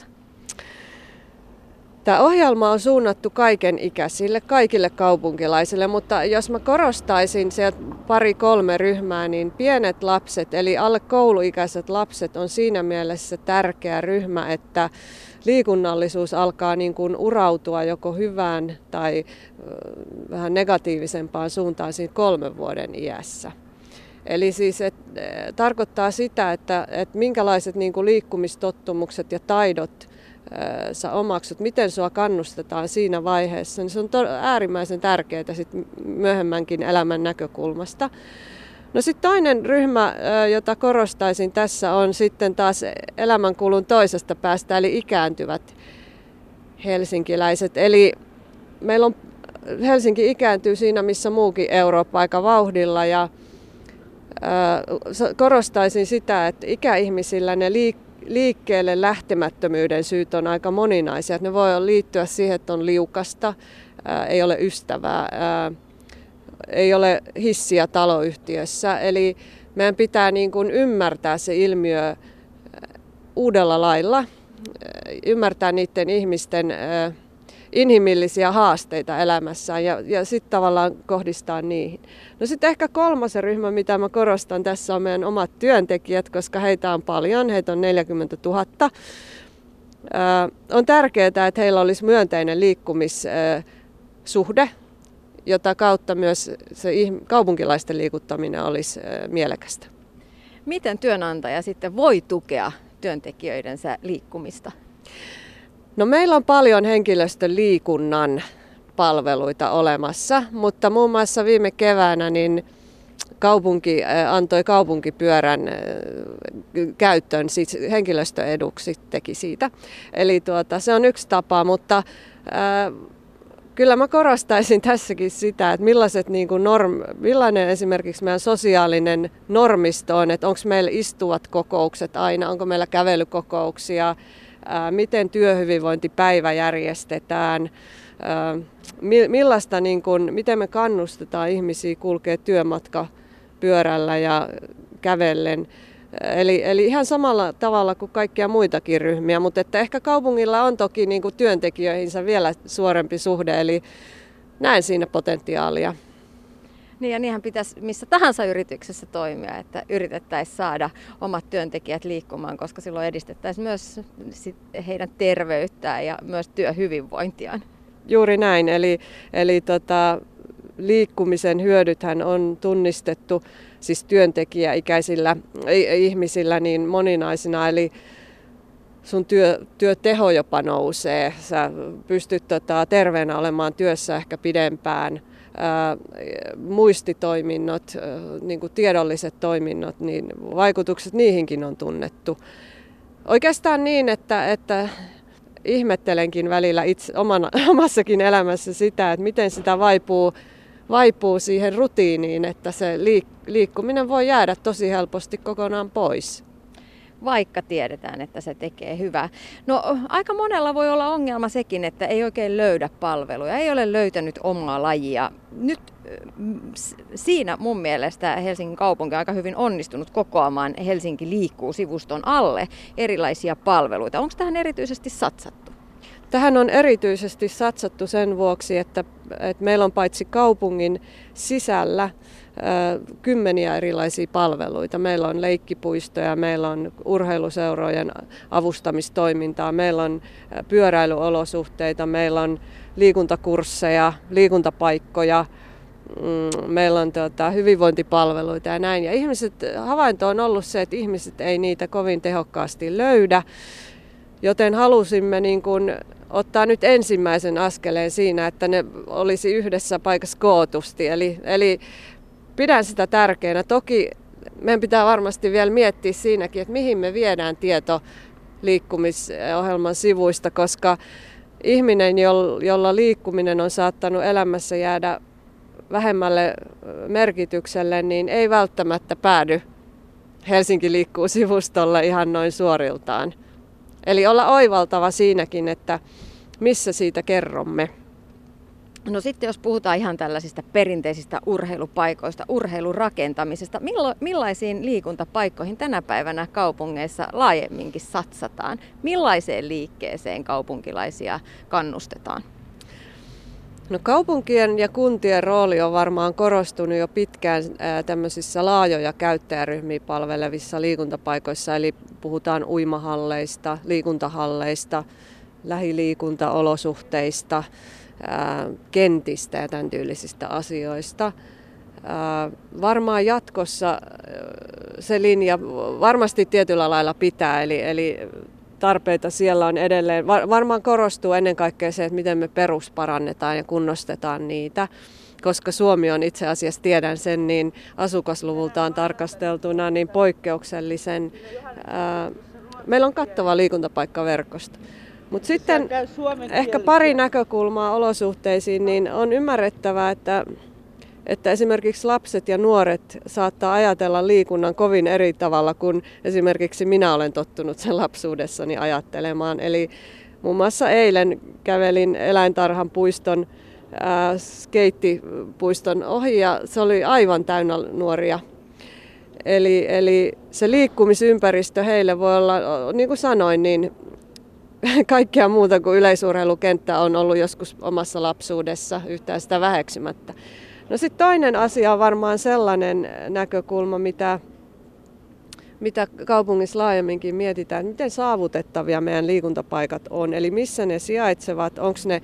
Tämä ohjelma on suunnattu kaiken ikäisille, kaikille kaupunkilaisille, mutta jos mä korostaisin sieltä 2-3 ryhmää, niin pienet lapset, eli alle kouluikäiset lapset on siinä mielessä tärkeä ryhmä, että liikunnallisuus alkaa niin kuin urautua joko hyvään tai vähän negatiivisempaan suuntaan siinä 3 vuoden iässä. Eli siis tarkoittaa sitä, että minkälaiset niin kuin liikkumistottumukset ja taidot sä omaksut, miten sua kannustetaan siinä vaiheessa, niin se on äärimmäisen tärkeää sit myöhemmänkin elämän näkökulmasta. No sitten toinen ryhmä, jota korostaisin tässä, on sitten taas elämänkulun toisesta päästä, eli ikääntyvät helsinkiläiset. Eli meillä on, Helsinki ikääntyy siinä, missä muukin Eurooppa aika vauhdilla, ja korostaisin sitä, että ikäihmisillä ne liikkeelle lähtemättömyyden syyt on aika moninaisia. Ne voi liittyä siihen, että on liukasta, ei ole ystävää, ei ole hissiä taloyhtiössä. Eli meidän pitää niin kuin ymmärtää se ilmiö uudella lailla, ymmärtää niiden ihmisten inhimillisiä haasteita elämässään ja sitten tavallaan kohdistaa niihin. No sitten ehkä kolmas ryhmä, mitä mä korostan tässä, on meidän omat työntekijät, koska heitä on paljon, heitä on 40 000. On tärkeää, että heillä olisi myönteinen liikkumissuhde, jota kautta myös se kaupunkilaisten liikuttaminen olisi mielekästä. Miten työnantaja sitten voi tukea työntekijöidensä liikkumista? No meillä on paljon henkilöstön liikunnan palveluita olemassa, mutta muun muassa viime keväänä niin kaupunki antoi kaupunkipyörän käyttöön, siis henkilöstön eduksi teki siitä. Eli se on yksi tapa, mutta kyllä mä korostaisin tässäkin sitä, että millainen esimerkiksi meidän sosiaalinen normisto on, että onko meillä istuvat kokoukset aina, onko meillä kävelykokouksia, miten työhyvinvointipäivä järjestetään, miten me kannustetaan ihmisiä kulkea työmatkapyörällä ja kävellen. Eli ihan samalla tavalla kuin kaikkia muitakin ryhmiä, mutta että ehkä kaupungilla on toki niin kuin työntekijöihinsä vielä suorempi suhde, eli näen siinä potentiaalia. Niin ja niinhän pitäisi missä tahansa yrityksessä toimia, että yritettäisiin saada omat työntekijät liikkumaan, koska silloin edistettäisiin myös heidän terveyttään ja myös työhyvinvointiaan. Juuri näin, eli liikkumisen hyödythän on tunnistettu siis työntekijäikäisillä ihmisillä niin moninaisina, eli sun työteho jopa nousee, sä pystyt terveenä olemaan työssä ehkä pidempään, muistitoiminnot, niin kuin tiedolliset toiminnot, niin vaikutukset niihinkin on tunnettu. Oikeastaan niin, että ihmettelenkin välillä omassakin elämässä sitä, että miten sitä vaipuu siihen rutiiniin, että se liikkuminen voi jäädä tosi helposti kokonaan pois. Vaikka tiedetään, että se tekee hyvää. No aika monella voi olla ongelma sekin, että ei oikein löydä palveluja, ei ole löytänyt omaa lajia. Nyt siinä mun mielestä Helsingin kaupunki on aika hyvin onnistunut kokoamaan Helsinki liikkuu-sivuston alle erilaisia palveluita. Onko tähän erityisesti satsattu? Tähän on erityisesti satsattu sen vuoksi, että meillä on paitsi kaupungin sisällä kymmeniä erilaisia palveluita. Meillä on leikkipuistoja, meillä on urheiluseurojen avustamistoimintaa, meillä on pyöräilyolosuhteita, meillä on liikuntakursseja, liikuntapaikkoja, meillä on hyvinvointipalveluita ja näin. Ja havainto on ollut se, että ihmiset ei niitä kovin tehokkaasti löydä, joten halusimme ottaa nyt ensimmäisen askeleen siinä, että ne olisi yhdessä paikassa kootusti. Eli pidän sitä tärkeänä. Toki meidän pitää varmasti vielä miettiä siinäkin, että mihin me viedään tieto liikkumisohjelman sivuista, koska ihminen, jolla liikkuminen on saattanut elämässä jäädä vähemmälle merkitykselle, niin ei välttämättä päädy Helsinki liikkuu-sivustolle ihan noin suoriltaan. Eli olla oivaltava siinäkin, että missä siitä kerromme. No sitten jos puhutaan ihan tällaisista perinteisistä urheilupaikoista, urheilurakentamisesta, millaisiin liikuntapaikkoihin tänä päivänä kaupungeissa laajemminkin satsataan? Millaiseen liikkeeseen kaupunkilaisia kannustetaan? No kaupunkien ja kuntien rooli on varmaan korostunut jo pitkään tämmöisissä laajoja käyttäjäryhmiä palvelevissa liikuntapaikoissa, eli puhutaan uimahalleista, liikuntahalleista, lähiliikuntaolosuhteista, kentistä ja tämän tyylisistä asioista. Varmaan jatkossa se linja varmasti tietyllä lailla pitää, eli tarpeita siellä on edelleen. Varmaan korostuu ennen kaikkea se, että miten me perusparannetaan ja kunnostetaan niitä, koska Suomi on itse asiassa, tiedän sen, niin asukasluvultaan tarkasteltuna niin poikkeuksellisen. Meillä on kattava liikuntapaikkaverkosto. Mutta sitten ehkä pari näkökulmaa olosuhteisiin, niin on ymmärrettävää, että esimerkiksi lapset ja nuoret saattaa ajatella liikunnan kovin eri tavalla kuin esimerkiksi minä olen tottunut sen lapsuudessani ajattelemaan. Eli muun muassa eilen kävelin eläintarhan puiston skeittipuiston ohi ja se oli aivan täynnä nuoria. Eli se liikkumisympäristö heille voi olla, niin kuin sanoin, niin kaikkea muuta kuin yleisurheilukenttä on ollut joskus omassa lapsuudessa yhtään sitä väheksymättä. No sitten toinen asia on varmaan sellainen näkökulma, mitä kaupungissa laajemminkin mietitään, että miten saavutettavia meidän liikuntapaikat on. Eli missä ne sijaitsevat, onko ne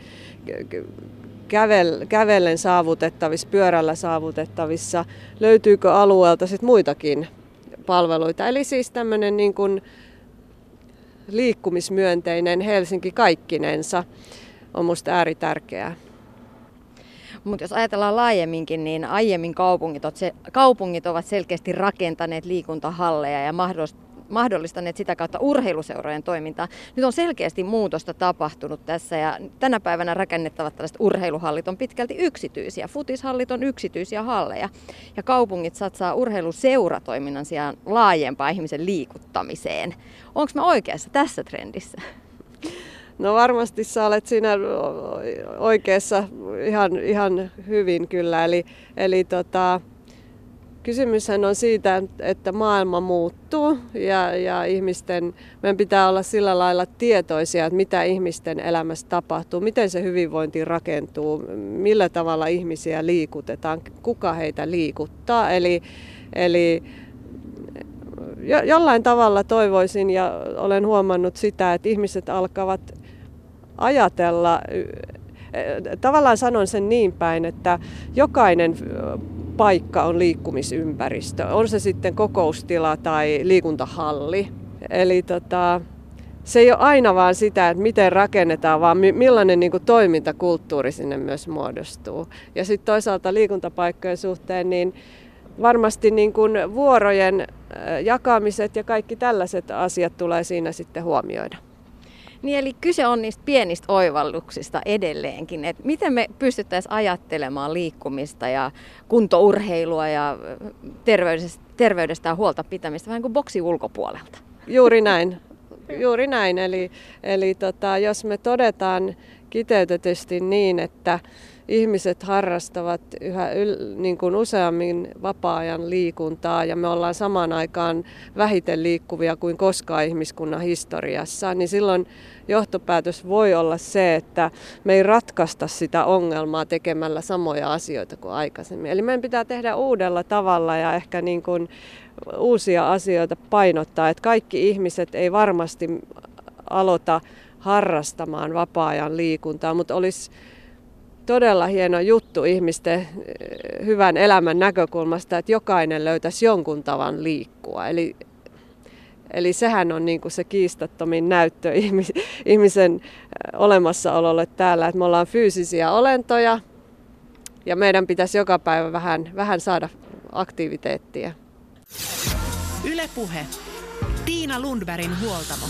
kävellen saavutettavissa, pyörällä saavutettavissa, löytyykö alueelta sit muitakin palveluita. Eli siis tämmöinen niin kuin liikkumismyönteinen Helsinki kaikkinensa on musta ääritärkeää. Mutta jos ajatellaan laajemminkin, niin aiemmin kaupungit ovat selkeästi rakentaneet liikuntahalleja ja mahdollistaneet sitä kautta urheiluseurojen toimintaa. Nyt on selkeästi muutosta tapahtunut tässä ja tänä päivänä rakennettavat tällaiset urheiluhallit on pitkälti yksityisiä. Futishallit on yksityisiä halleja ja kaupungit satsaa urheiluseuratoiminnan sijaan laajempaa ihmisen liikuttamiseen. Onko me oikeassa tässä trendissä? No varmasti sä olet siinä oikeassa ihan hyvin kyllä. Eli kysymyshän on siitä, että maailma muuttuu ja meidän pitää olla sillä lailla tietoisia, että mitä ihmisten elämässä tapahtuu, miten se hyvinvointi rakentuu, millä tavalla ihmisiä liikutetaan, kuka heitä liikuttaa. Eli jollain tavalla toivoisin ja olen huomannut sitä, että ihmiset alkavat ajatella, tavallaan sanon sen niin päin, että jokainen paikka on liikkumisympäristö. On se sitten kokoustila tai liikuntahalli. Eli se ei ole aina vaan sitä, että miten rakennetaan, vaan millainen niin kuin toimintakulttuuri sinne myös muodostuu. Ja sitten toisaalta liikuntapaikkojen suhteen niin varmasti niin kuin vuorojen jakamiset ja kaikki tällaiset asiat tulee siinä sitten huomioida. Niin, eli kyse on niistä pienistä oivalluksista edelleenkin, että miten me pystyttäisiin ajattelemaan liikkumista ja kuntourheilua ja terveydestä ja huolta pitämistä vähän kuin boksi ulkopuolelta. Juuri näin. Juuri näin. Eli jos me todetaan kiteytetysti niin, että ihmiset harrastavat yhä niin kuin useammin vapaa-ajan liikuntaa ja me ollaan samaan aikaan vähiten liikkuvia kuin koskaan ihmiskunnan historiassa, niin silloin johtopäätös voi olla se, että me ei ratkaista sitä ongelmaa tekemällä samoja asioita kuin aikaisemmin. Eli meidän pitää tehdä uudella tavalla ja ehkä niin kuin uusia asioita painottaa, että kaikki ihmiset ei varmasti aloita harrastamaan vapaa-ajan liikuntaa, mutta olisi todella hieno juttu ihmisten hyvän elämän näkökulmasta, että jokainen löytäisi jonkun tavan liikkua. Eli sehän on niin kuin se kiistattomin näyttö ihmisen olemassaololle täällä, että me ollaan fyysisiä olentoja ja meidän pitäisi joka päivä vähän saada aktiviteettia. Yle Puhe. Tiina Lundbergin huoltamo.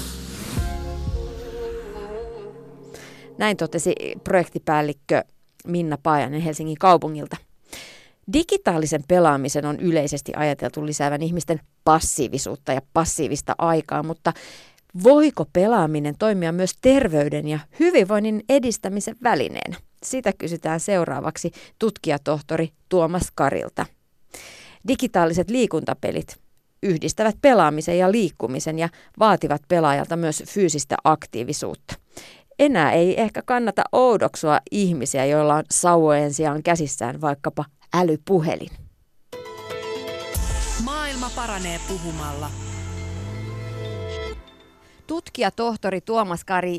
Näin totesi projektipäällikkö Minna Paajanen Helsingin kaupungilta. Digitaalisen pelaamisen on yleisesti ajateltu lisäävän ihmisten passiivisuutta ja passiivista aikaa, mutta voiko pelaaminen toimia myös terveyden ja hyvinvoinnin edistämisen välineenä? Sitä kysytään seuraavaksi tutkijatohtori Tuomas Karilta. Digitaaliset liikuntapelit yhdistävät pelaamisen ja liikkumisen ja vaativat pelaajalta myös fyysistä aktiivisuutta. Enää ei ehkä kannata oudoksua ihmisiä, joilla on sauvojen sijaan käsissään vaikkapa älypuhelin. Maailma paranee puhumalla. Tutkijatohtori Tuomas Kari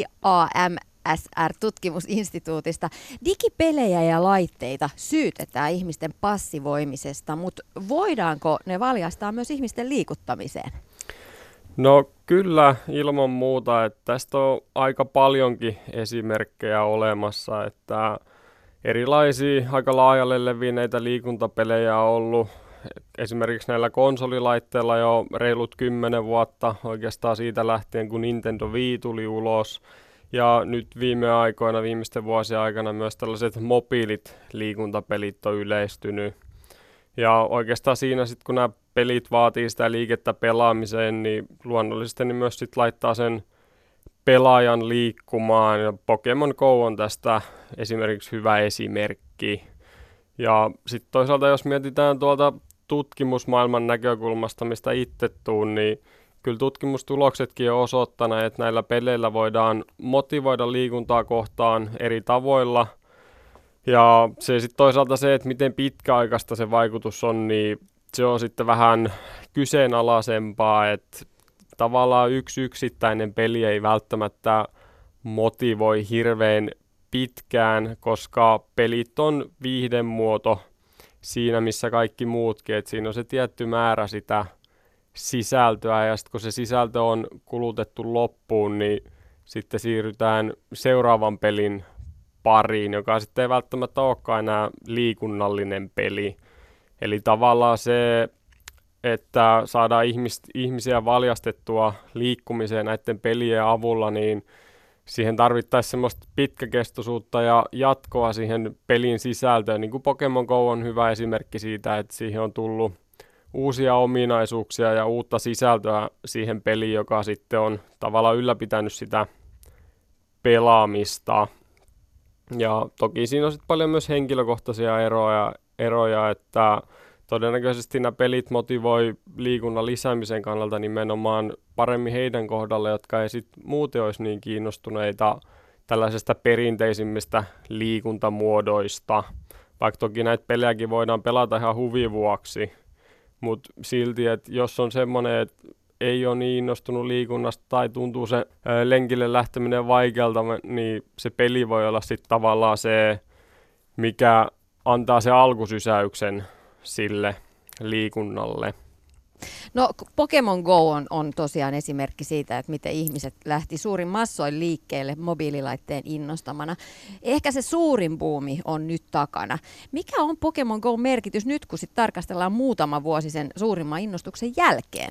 IAMSR-tutkimusinstituutista. Digipelejä ja laitteita syytetään ihmisten passivoimisesta, mutta voidaanko ne valjastaa myös ihmisten liikuttamiseen? No kyllä, ilman muuta. Että tästä on aika paljonkin esimerkkejä olemassa, että erilaisia aika laajalle levinneitä liikuntapelejä on ollut esimerkiksi näillä konsolilaitteilla jo reilut 10 vuotta, oikeastaan siitä lähtien kun Nintendo Wii tuli ulos. Ja nyt viime aikoina, viimeisten vuosien aikana myös tällaiset mobiilit liikuntapelit on yleistynyt. Ja oikeastaan siinä sitten kun nämä pelit vaatii sitä liikettä pelaamiseen, niin luonnollisesti niin myös sit laittaa sen pelaajan liikkumaan. Ja Pokemon Go on tästä esimerkiksi hyvä esimerkki. Ja sitten toisaalta jos mietitään tuolta tutkimusmaailman näkökulmasta, mistä itse tuun, niin kyllä tutkimustuloksetkin on osoittaneet, että näillä peleillä voidaan motivoida liikuntaa kohtaan eri tavoilla. Ja se sitten toisaalta se, että miten pitkäaikaista se vaikutus on, niin se on sitten vähän kyseenalaisempaa, että tavallaan yksi yksittäinen peli ei välttämättä motivoi hirveän pitkään, koska pelit on viihdemuoto siinä, missä kaikki muutkin, että siinä on se tietty määrä sitä sisältöä, ja sitten kun se sisältö on kulutettu loppuun, niin sitten siirrytään seuraavan pelin pariin, joka sitten ei välttämättä olekaan enää liikunnallinen peli. Eli tavallaan se, että saadaan ihmisiä valjastettua liikkumiseen näiden pelien avulla, niin siihen tarvittaisiin semmoista pitkäkestoisuutta ja jatkoa siihen pelin sisältöön. Niin kuin Pokemon Go on hyvä esimerkki siitä, että siihen on tullut uusia ominaisuuksia ja uutta sisältöä siihen peliin, joka sitten on tavallaan ylläpitänyt sitä pelaamista. Ja toki siinä on sitten paljon myös henkilökohtaisia eroja, että todennäköisesti nämä pelit motivoi liikunnan lisäämisen kannalta nimenomaan paremmin heidän kohdalle, jotka ei sitten muuten olisi niin kiinnostuneita tällaisesta perinteisimmistä liikuntamuodoista. Vaikka toki näitä pelejäkin voidaan pelata ihan huvin vuoksi, mutta silti, että jos on semmoinen, että ei ole niin innostunut liikunnasta tai tuntuu se lenkille lähteminen vaikealta, niin se peli voi olla sitten tavallaan se, mikä antaa se alkusysäyksen sille liikunnalle. No Pokemon Go on tosiaan esimerkki siitä, että miten ihmiset lähti suurin massoin liikkeelle mobiililaitteen innostamana. Ehkä se suurin buumi on nyt takana. Mikä on Pokemon Go merkitys nyt, kun sit tarkastellaan muutama vuosi sen suurimman innostuksen jälkeen?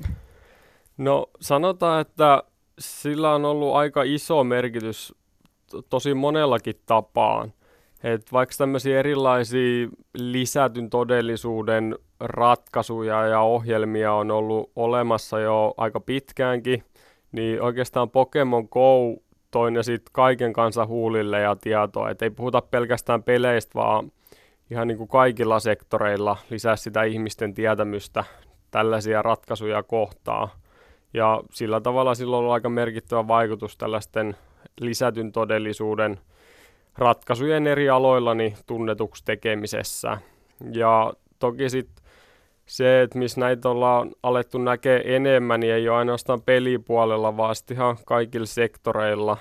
No sanotaan, että sillä on ollut aika iso merkitys tosi monellakin tapaan. Et vaikka tämmöisiä erilaisia lisätyn todellisuuden ratkaisuja ja ohjelmia on ollut olemassa jo aika pitkäänkin, niin oikeastaan Pokemon Go toi ne sitten kaiken kansan huulille ja tietoa. Et ei puhuta pelkästään peleistä, vaan ihan niin kuin kaikilla sektoreilla lisää sitä ihmisten tietämystä tällaisia ratkaisuja kohtaan. Ja sillä tavalla sillä on ollut aika merkittävä vaikutus tällaisten lisätyn todellisuuden ratkaisujen eri aloilla niin tunnetuksi tekemisessä. Ja toki sitten se, että missä näitä ollaan alettu näkee enemmän, niin ei ole ainoastaan pelipuolella, vaan sitten ihan kaikilla sektoreilla.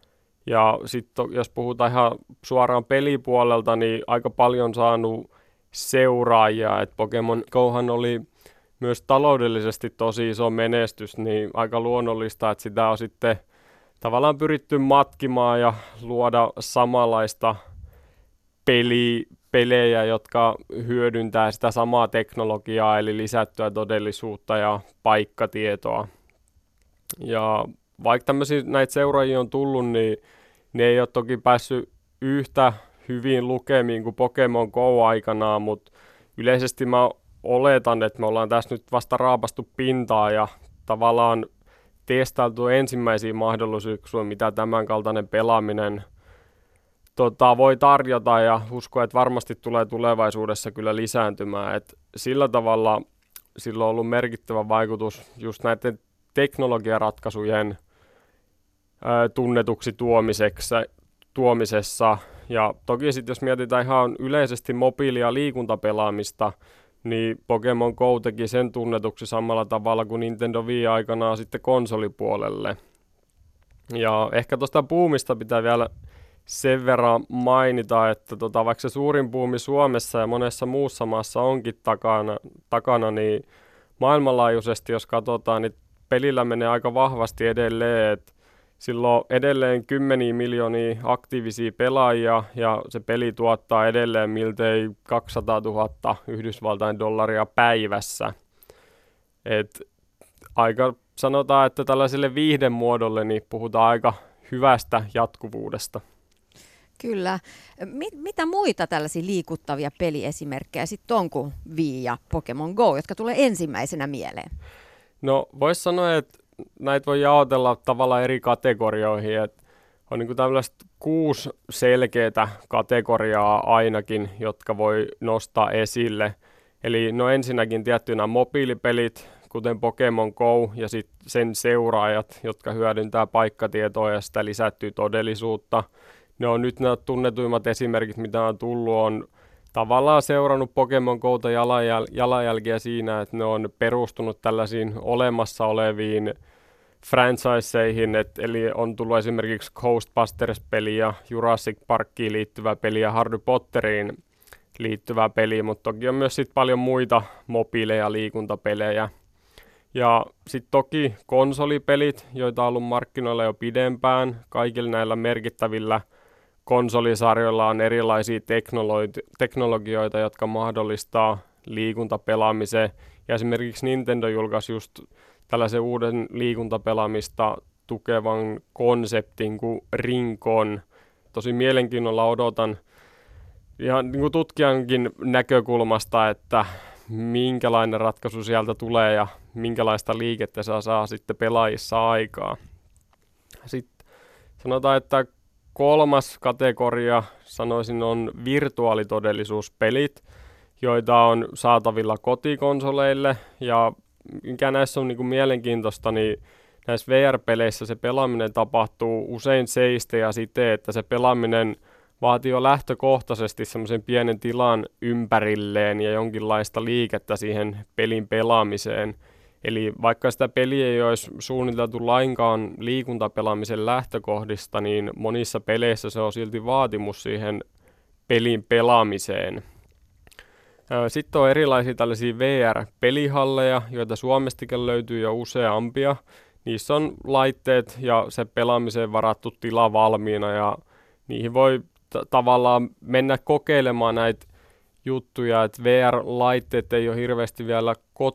Ja sitten jos puhutaan ihan suoraan pelipuolelta, niin aika paljon saanut seuraajia. Et Pokemon Gohan oli myös taloudellisesti tosi iso menestys, niin aika luonnollista, että sitä on sitten tavallaan pyritty matkimaan ja luoda samanlaista pelejä, jotka hyödyntää sitä samaa teknologiaa, eli lisättyä todellisuutta ja paikkatietoa. Ja vaikka tämmöisiä näitä seuraajia on tullut, niin ne ei ole toki päässyt yhtä hyvin lukemiin kuin Pokemon Go aikanaan, mutta yleisesti mä oletan, että me ollaan tässä nyt vasta raapastu pintaa ja tavallaan testailtu ensimmäisiä mahdollisuuksia, mitä tämän kaltainen pelaaminen voi tarjota, ja uskon, että varmasti tulee tulevaisuudessa kyllä lisääntymään. Et sillä tavalla sillä on ollut merkittävä vaikutus just näiden teknologiaratkaisujen tunnetuksi tuomisessa. Ja toki sitten jos mietitään ihan yleisesti mobiili- ja liikuntapelaamista, niin Pokemon Go teki sen tunnetuksi samalla tavalla kuin Nintendo Wii aikanaan sitten konsolipuolelle. Ja ehkä tuosta boomista pitää vielä sen verran mainita, että vaikka se suurin buumi Suomessa ja monessa muussa maassa onkin takana, niin maailmanlaajuisesti, jos katsotaan, niin pelillä menee aika vahvasti edelleen, että sillä on edelleen 10 miljoonia aktiivisia pelaajia ja se peli tuottaa edelleen miltei 200 000 Yhdysvaltain dollaria päivässä. Sanotaan, että tällaiselle viihdemuodolle niin puhutaan aika hyvästä jatkuvuudesta. Kyllä. Mitä muita tällaisia liikuttavia peliesimerkkejä sitten on kuin Wii ja Pokemon Go, jotka tulee ensimmäisenä mieleen? No voisi sanoa, että näitä voi jaotella tavallaan eri kategorioihin, että on niin kuin tällaiset 6 selkeää kategoriaa ainakin, jotka voi nostaa esille. Eli no ensinnäkin tiettynä mobiilipelit, kuten Pokemon Go ja sit sen seuraajat, jotka hyödyntää paikkatietoa ja sitä lisättyä todellisuutta. Ne on nyt nämä tunnetuimmat esimerkit, mitä on tullut, on tavallaan seurannut Pokemon Gota jalanjälkiä siinä, että ne on perustunut tällaisiin olemassa oleviin franchiseihin, eli on tullut esimerkiksi Ghostbusters-peli ja Jurassic Parkiin liittyvä peli ja Harry Potteriin liittyvä peli, mutta toki on myös sit paljon muita mobiileja liikuntapelejä. Ja sitten toki konsolipelit, joita on ollut markkinoilla jo pidempään. Kaikilla näillä merkittävillä konsolisarjoilla on erilaisia teknologioita, jotka mahdollistaa liikuntapelaamisen. Ja esimerkiksi Nintendo julkaisi just tällaisen uuden liikuntapelaamista tukevan konseptin kuin Rincon. Tosi mielenkiinnolla odotan ihan niin kuin tutkijankin näkökulmasta, että minkälainen ratkaisu sieltä tulee ja minkälaista liikettä se saa sitten pelaajissa aikaa. Sitten sanotaan, että 3. kategoria, sanoisin, on virtuaalitodellisuuspelit, joita on saatavilla kotikonsoleille. Ja mikä näissä on niin kuin mielenkiintoista, niin näissä VR-peleissä se pelaaminen tapahtuu usein seistä ja siten, että se pelaaminen vaatii jo lähtökohtaisesti semmoisen pienen tilan ympärilleen ja jonkinlaista liikettä siihen pelin pelaamiseen. Eli vaikka sitä peliä ei olisi suunniteltu lainkaan liikuntapelaamisen lähtökohdista, niin monissa peleissä se on silti vaatimus siihen pelin pelaamiseen. Sitten on erilaisia tällaisia VR-pelihalleja, joita Suomestakin löytyy jo useampia. Niissä on laitteet ja se pelaamiseen varattu tila valmiina ja niihin voi tavallaan mennä kokeilemaan näitä juttuja, että VR-laitteet ei ole hirveästi vielä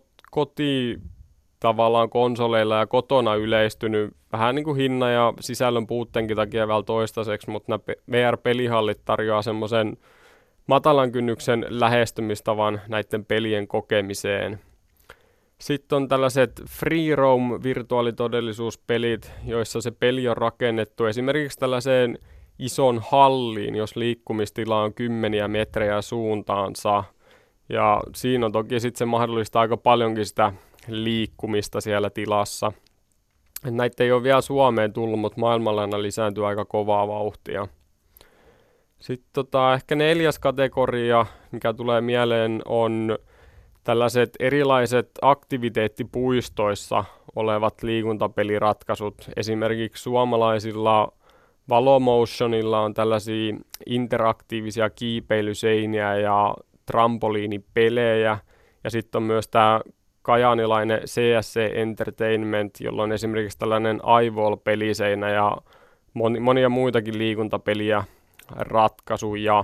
tavallaan konsoleilla ja kotona yleistynyt vähän niin kuin hinnan ja sisällön puutteenkin takia vielä toistaiseksi, mutta nämä VR-pelihallit tarjoaa semmoisen matalan kynnyksen lähestymistavan näiden pelien kokemiseen. Sitten on tällaiset free roam virtuaalitodellisuuspelit, joissa se peli on rakennettu esimerkiksi tällaiseen ison halliin, jos liikkumistila on 10 metrejä suuntaansa. Ja siinä on toki sitten se mahdollistaa aika paljonkin sitä liikkumista siellä tilassa. Näitä ei ole vielä Suomeen tullut, mutta maailmalla aina lisääntyy aika kovaa vauhtia. Sitten ehkä 4. kategoria, mikä tulee mieleen, on tällaiset erilaiset aktiviteettipuistoissa olevat liikuntapeliratkaisut. Esimerkiksi suomalaisilla Valomotionilla on tällaisia interaktiivisia kiipeilyseiniä ja trampoliinipelejä. Ja sitten on myös tämä kajaanilainen CSC Entertainment, jolla on esimerkiksi tällainen iVall-peliseinä ja monia muitakin liikuntapeliä ratkaisuja.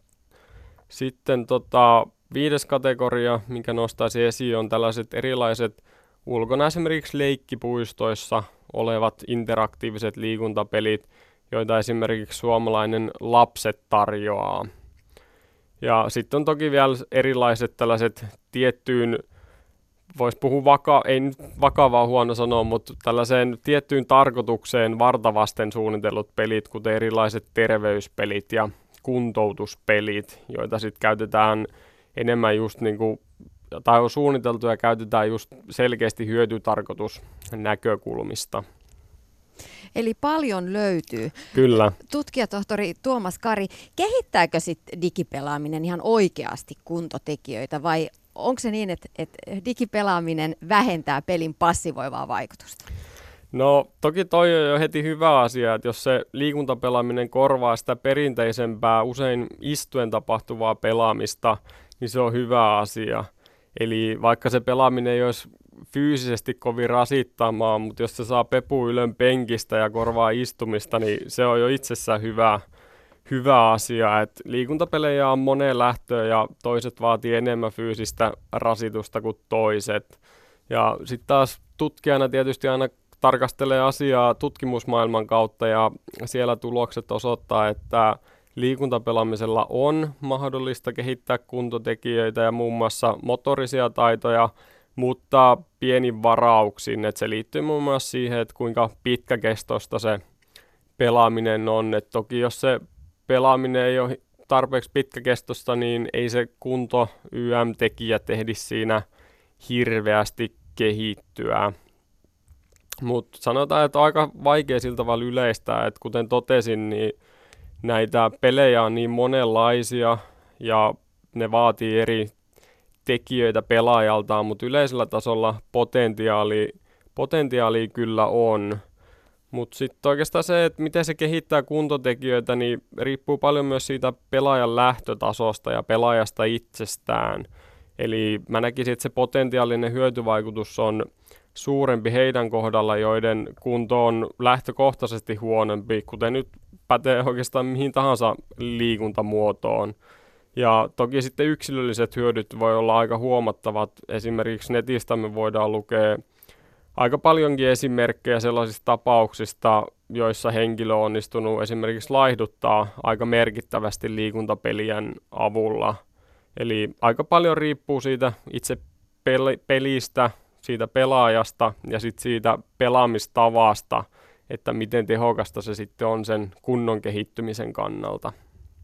Sitten 5. kategoria, minkä nostaisin esiin, on tällaiset erilaiset ulkona esimerkiksi leikkipuistoissa olevat interaktiiviset liikuntapelit, joita esimerkiksi suomalainen Lapset tarjoaa. Ja sitten on toki vielä erilaiset tällaiset tiettyyn, voisi puhua ei nyt vakavaa huono sanoa, mutta tällaiseen tiettyyn tarkoitukseen vartavasten suunnitellut pelit, kuten erilaiset terveyspelit ja kuntoutuspelit, joita sitten käytetään enemmän just niin kuin, tai on suunniteltu ja käytetään just selkeästi hyötytarkoitusnäkökulmista. Eli paljon löytyy. Kyllä. Tutkijatohtori Tuomas Kari, kehittääkö sitten digipelaaminen ihan oikeasti kuntotekijöitä vai onko se niin, että digipelaaminen vähentää pelin passivoivaa vaikutusta? No toki toi on jo heti hyvä asia, että jos se liikuntapelaaminen korvaa sitä perinteisempää, usein istuen tapahtuvaa pelaamista, niin se on hyvä asia. Eli vaikka se pelaaminen ei olisi fyysisesti kovin rasittamaan, mutta jos se saa pepu ylön penkistä ja korvaa istumista, niin se on jo itsessään hyvä asia. Et liikuntapelejä on moneen lähtöön ja toiset vaatii enemmän fyysistä rasitusta kuin toiset. Ja sitten taas tutkijana tietysti aina tarkastelee asiaa tutkimusmaailman kautta ja siellä tulokset osoittaa, että liikuntapelaamisella on mahdollista kehittää kuntotekijöitä ja muun muassa motorisia taitoja, mutta pienin varauksin, että se liittyy muun muassa siihen, että kuinka pitkäkestoista se pelaaminen on. Et toki jos se pelaaminen ei ole tarpeeksi pitkäkestoista, niin ei se kunto YM-tekijät ehdi siinä hirveästi kehittyä. Mutta sanotaan, että on aika vaikea sillä tavalla yleistää, että kuten totesin, niin näitä pelejä on niin monenlaisia ja ne vaatii eri tekijöitä pelaajaltaan, mutta yleisellä tasolla potentiaalia kyllä on. Mutta sitten oikeastaan se, että miten se kehittää kuntotekijöitä, niin riippuu paljon myös siitä pelaajan lähtötasosta ja pelaajasta itsestään. Eli mä näkisin, että se potentiaalinen hyötyvaikutus on suurempi heidän kohdalla, joiden kunto on lähtökohtaisesti huonompi, kuten nyt pätee oikeastaan mihin tahansa liikuntamuotoon. Ja toki sitten yksilölliset hyödyt voi olla aika huomattavat. Esimerkiksi netistä me voidaan lukea aika paljonkin esimerkkejä sellaisista tapauksista, joissa henkilö on onnistunut esimerkiksi laihduttaa aika merkittävästi liikuntapelien avulla. Eli aika paljon riippuu siitä itse pelistä, siitä pelaajasta ja sitten siitä pelaamistavasta, että miten tehokasta se sitten on sen kunnon kehittymisen kannalta.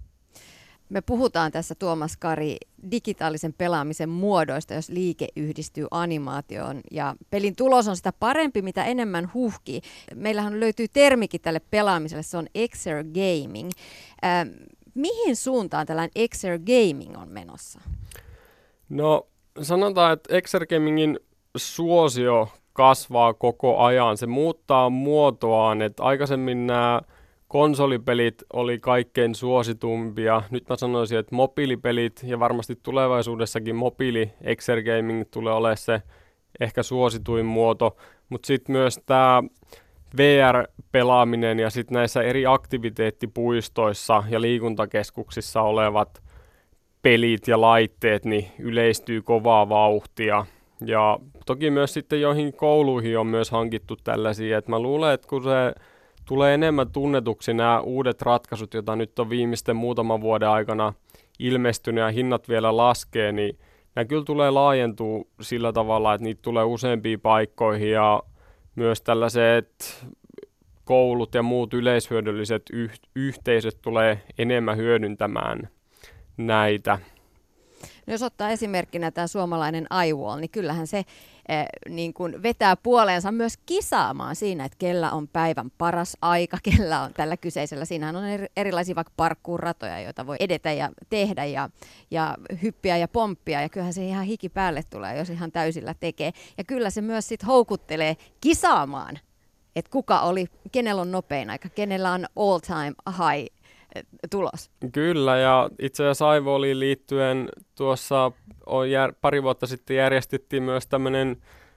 Me puhutaan tässä, Tuomas Kari, digitaalisen pelaamisen muodoista, jos liike yhdistyy animaatioon. Ja pelin tulos on sitä parempi, mitä enemmän huhkii. Meillähän löytyy termikin tälle pelaamiselle, se on exergaming. Mihin suuntaan tällainen exergaming on menossa? No sanotaan, että exergamingin suosio kasvaa koko ajan. Se muuttaa muotoaan, että aikaisemmin nämä konsolipelit oli kaikkein suositumpia. Nyt mä sanoisin, että mobiilipelit ja varmasti tulevaisuudessakin mobiili exergaming tulee olemaan se ehkä suosituin muoto, mutta sitten myös tämä VR-pelaaminen ja sitten näissä eri aktiviteettipuistoissa ja liikuntakeskuksissa olevat pelit ja laitteet niin yleistyy kovaa vauhtia. Ja toki myös sitten joihin kouluihin on myös hankittu tällaisia, että mä luulen, että kun se tulee enemmän tunnetuksi nämä uudet ratkaisut, joita nyt on viimeisten muutaman vuoden aikana ilmestynyt ja hinnat vielä laskee, niin nämä kyllä tulee laajentua sillä tavalla, että niitä tulee useampiin paikkoihin ja myös tällaiset koulut ja muut yleishyödylliset yhteisöt tulee enemmän hyödyntämään näitä. No jos ottaa esimerkkinä tämä suomalainen iWall, niin kyllähän se niin kuin vetää puoleensa myös kisaamaan siinä, että kellä on päivän paras aika, kellä on tällä kyseisellä. Siinähän on erilaisia vaikka parkour-ratoja, joita voi edetä ja tehdä ja hyppiä ja pomppia. Ja kyllähän se ihan hiki päälle tulee, jos ihan täysillä tekee. Ja kyllä se myös sit houkuttelee kisaamaan, että kenellä on nopein aika, kenellä on all time high tulos. Kyllä, ja itse asiassa iWalliin liittyen tuossa pari vuotta sitten järjestettiin myös tämmöinen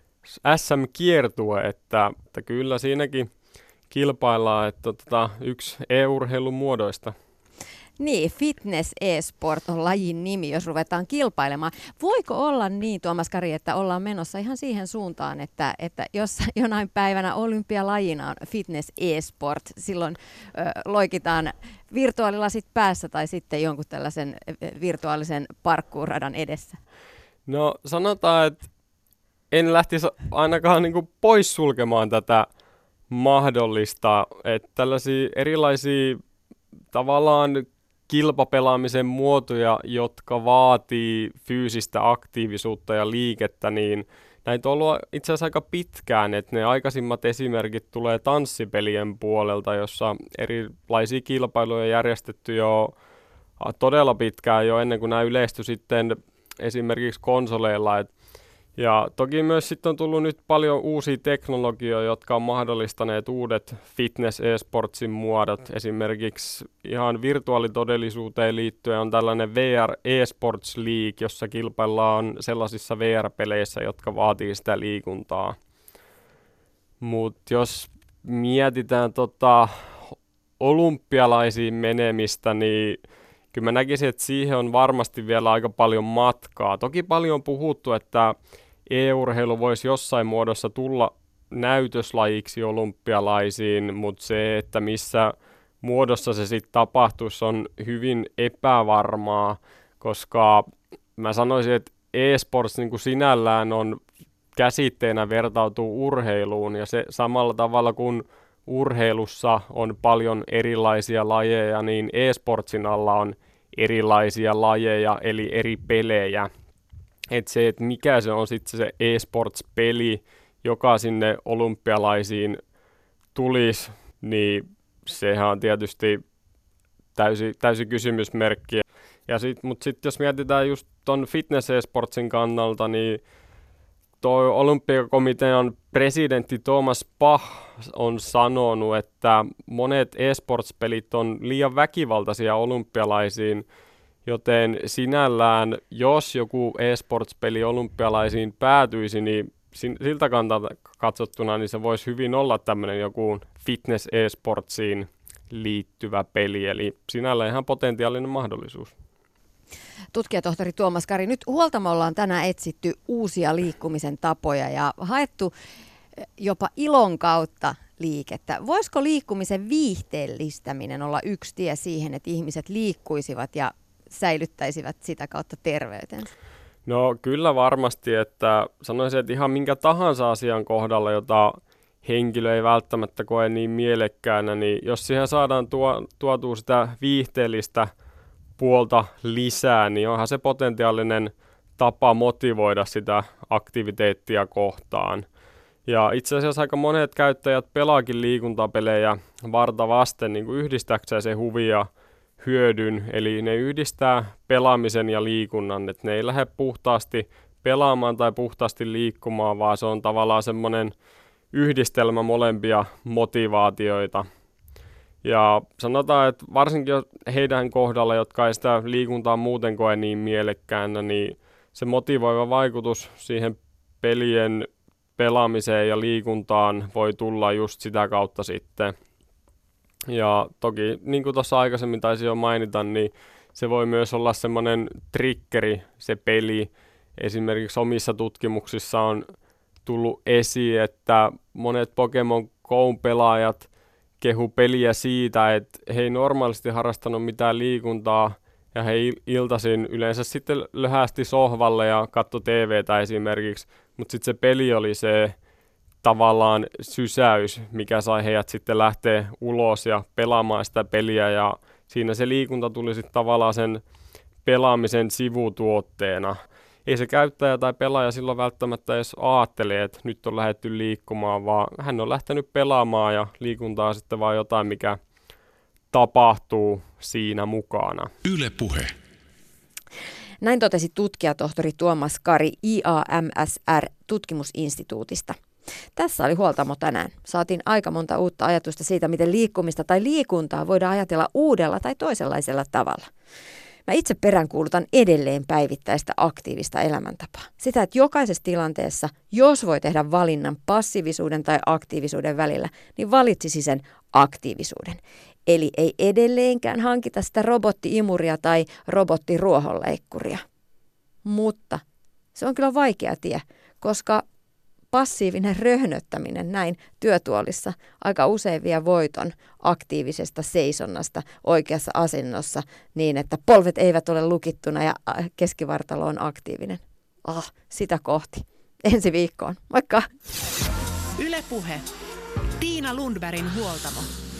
SM-kiertue, että kyllä siinäkin kilpaillaan, että yksi e-urheilun muodoista. Niin, fitness e-sport on lajin nimi, jos ruvetaan kilpailemaan. Voiko olla niin, Tuomas Kari, että ollaan menossa ihan siihen suuntaan, että jos jonain päivänä olympialajina on fitness e-sport, silloin loikitaan virtuaalilasit päässä tai sitten jonkun tällaisen virtuaalisen parkour-radan edessä? No sanotaan, että en lähtisi ainakaan niin kuin poissulkemaan tätä mahdollista, että tällaisia erilaisia tavallaan kilpapelaamisen muotoja, jotka vaatii fyysistä aktiivisuutta ja liikettä, niin näitä on ollut itse asiassa aika pitkään, että ne aikaisimmat esimerkit tulee tanssipelien puolelta, jossa erilaisia kilpailuja on järjestetty jo todella pitkään jo ennen kuin nämä yleistyi sitten esimerkiksi konsoleilla. Ja toki myös sitten on tullut nyt paljon uusia teknologioita, jotka on mahdollistaneet uudet fitness e-sportsin muodot. Esimerkiksi ihan virtuaalitodellisuuteen liittyen on tällainen VR eSports League, jossa kilpaillaan sellaisissa VR-peleissä, jotka vaatii sitä liikuntaa. Mutta jos mietitään olympialaisiin menemistä, niin kyllä mä näkisin, että siihen on varmasti vielä aika paljon matkaa. Toki paljon on puhuttu, että e-urheilu voisi jossain muodossa tulla näytöslajiksi olympialaisiin, mutta se, että missä muodossa se sitten tapahtuisi, on hyvin epävarmaa, koska mä sanoisin, että e-sports niin kuin sinällään on käsitteenä vertautuu urheiluun ja se samalla tavalla kuin urheilussa on paljon erilaisia lajeja, niin e-sportsin alla on erilaisia lajeja eli eri pelejä. Että se, että mikä se on sitten se e-sports-peli, joka sinne olympialaisiin tulisi, niin sehän on tietysti täysi kysymysmerkki. Mutta sitten jos mietitään just ton fitness e-sportsin kannalta, niin tuo olympiakomitean presidentti Thomas Bach on sanonut, että monet e-sports-pelit on liian väkivaltaisia olympialaisiin, joten sinällään, jos joku e-sports-peli olympialaisiin päätyisi, niin siltä kannalta katsottuna, niin se voisi hyvin olla tämmöinen joku fitness e-sportsiin liittyvä peli, eli sinällään ihan potentiaalinen mahdollisuus. Tutkijatohtori Tuomas Kari, nyt huoltamolla on tänään etsitty uusia liikkumisen tapoja ja haettu jopa ilon kautta liikettä. Voisiko liikkumisen viihteellistäminen olla yksi tie siihen, että ihmiset liikkuisivat ja säilyttäisivät sitä kautta terveytensä? No kyllä varmasti, että sanoisin, että ihan minkä tahansa asian kohdalla, jota henkilö ei välttämättä koe niin mielekkäänä, niin jos siihen saadaan tuotua sitä viihteellistä puolta lisää, niin onhan se potentiaalinen tapa motivoida sitä aktiviteettia kohtaan. Ja itse asiassa aika monet käyttäjät pelaakin liikuntapelejä varta vasten niin kuin yhdistääkseen se huvi ja hyödyn, eli ne yhdistää pelaamisen ja liikunnan, että ne ei lähde puhtaasti pelaamaan tai puhtaasti liikkumaan, vaan se on tavallaan semmoinen yhdistelmä molempia motivaatioita. Ja sanotaan, että varsinkin heidän kohdalla, jotka ei sitä liikuntaa muuten koe niin mielekkäänä, niin se motivoiva vaikutus siihen pelien pelaamiseen ja liikuntaan voi tulla just sitä kautta sitten. Ja toki, niin kuin tuossa aikaisemmin taisin jo mainita, niin se voi myös olla semmoinen triggeri, se peli. Esimerkiksi omissa tutkimuksissa on tullut esiin, että monet Pokemon Go-pelaajat kehu peliä siitä, että he ei normaalisti harrastanut mitään liikuntaa ja he iltaisin yleensä sitten löhästi sohvalle ja katsoi TVtä esimerkiksi, mutta sitten se peli oli se tavallaan sysäys, mikä sai heidät sitten lähteä ulos ja pelaamaan sitä peliä ja siinä se liikunta tuli sitten tavallaan sen pelaamisen sivutuotteena. Ei se käyttäjä tai pelaaja silloin välttämättä edes ajattele, että nyt on lähdetty liikkumaan, vaan hän on lähtenyt pelaamaan ja liikuntaa sitten vaan jotain, mikä tapahtuu siinä mukana. Yle Puhe. Näin totesi tutkijatohtori Tuomas Kari IAMSR-tutkimusinstituutista. Tässä oli Huoltamo tänään. Saatiin aika monta uutta ajatusta siitä, miten liikkumista tai liikuntaa voidaan ajatella uudella tai toisenlaisella tavalla. Mä itse peräänkuulutan edelleen päivittäistä aktiivista elämäntapaa. Sitä, että jokaisessa tilanteessa, jos voi tehdä valinnan passiivisuuden tai aktiivisuuden välillä, niin valitsisi sen aktiivisuuden. Eli ei edelleenkään hankita sitä robotti-imuria tai robottiruohonleikkuria. Mutta se on kyllä vaikea tie, koska passiivinen röhnöttäminen näin työtuolissa aika usein vie voiton aktiivisesta seisonnasta oikeassa asennossa niin, että polvet eivät ole lukittuna ja keskivartalo on aktiivinen. Sitä kohti. Ensi viikkoon. Moikka! Yle Puhe. Tiina Lundbergin huoltamo.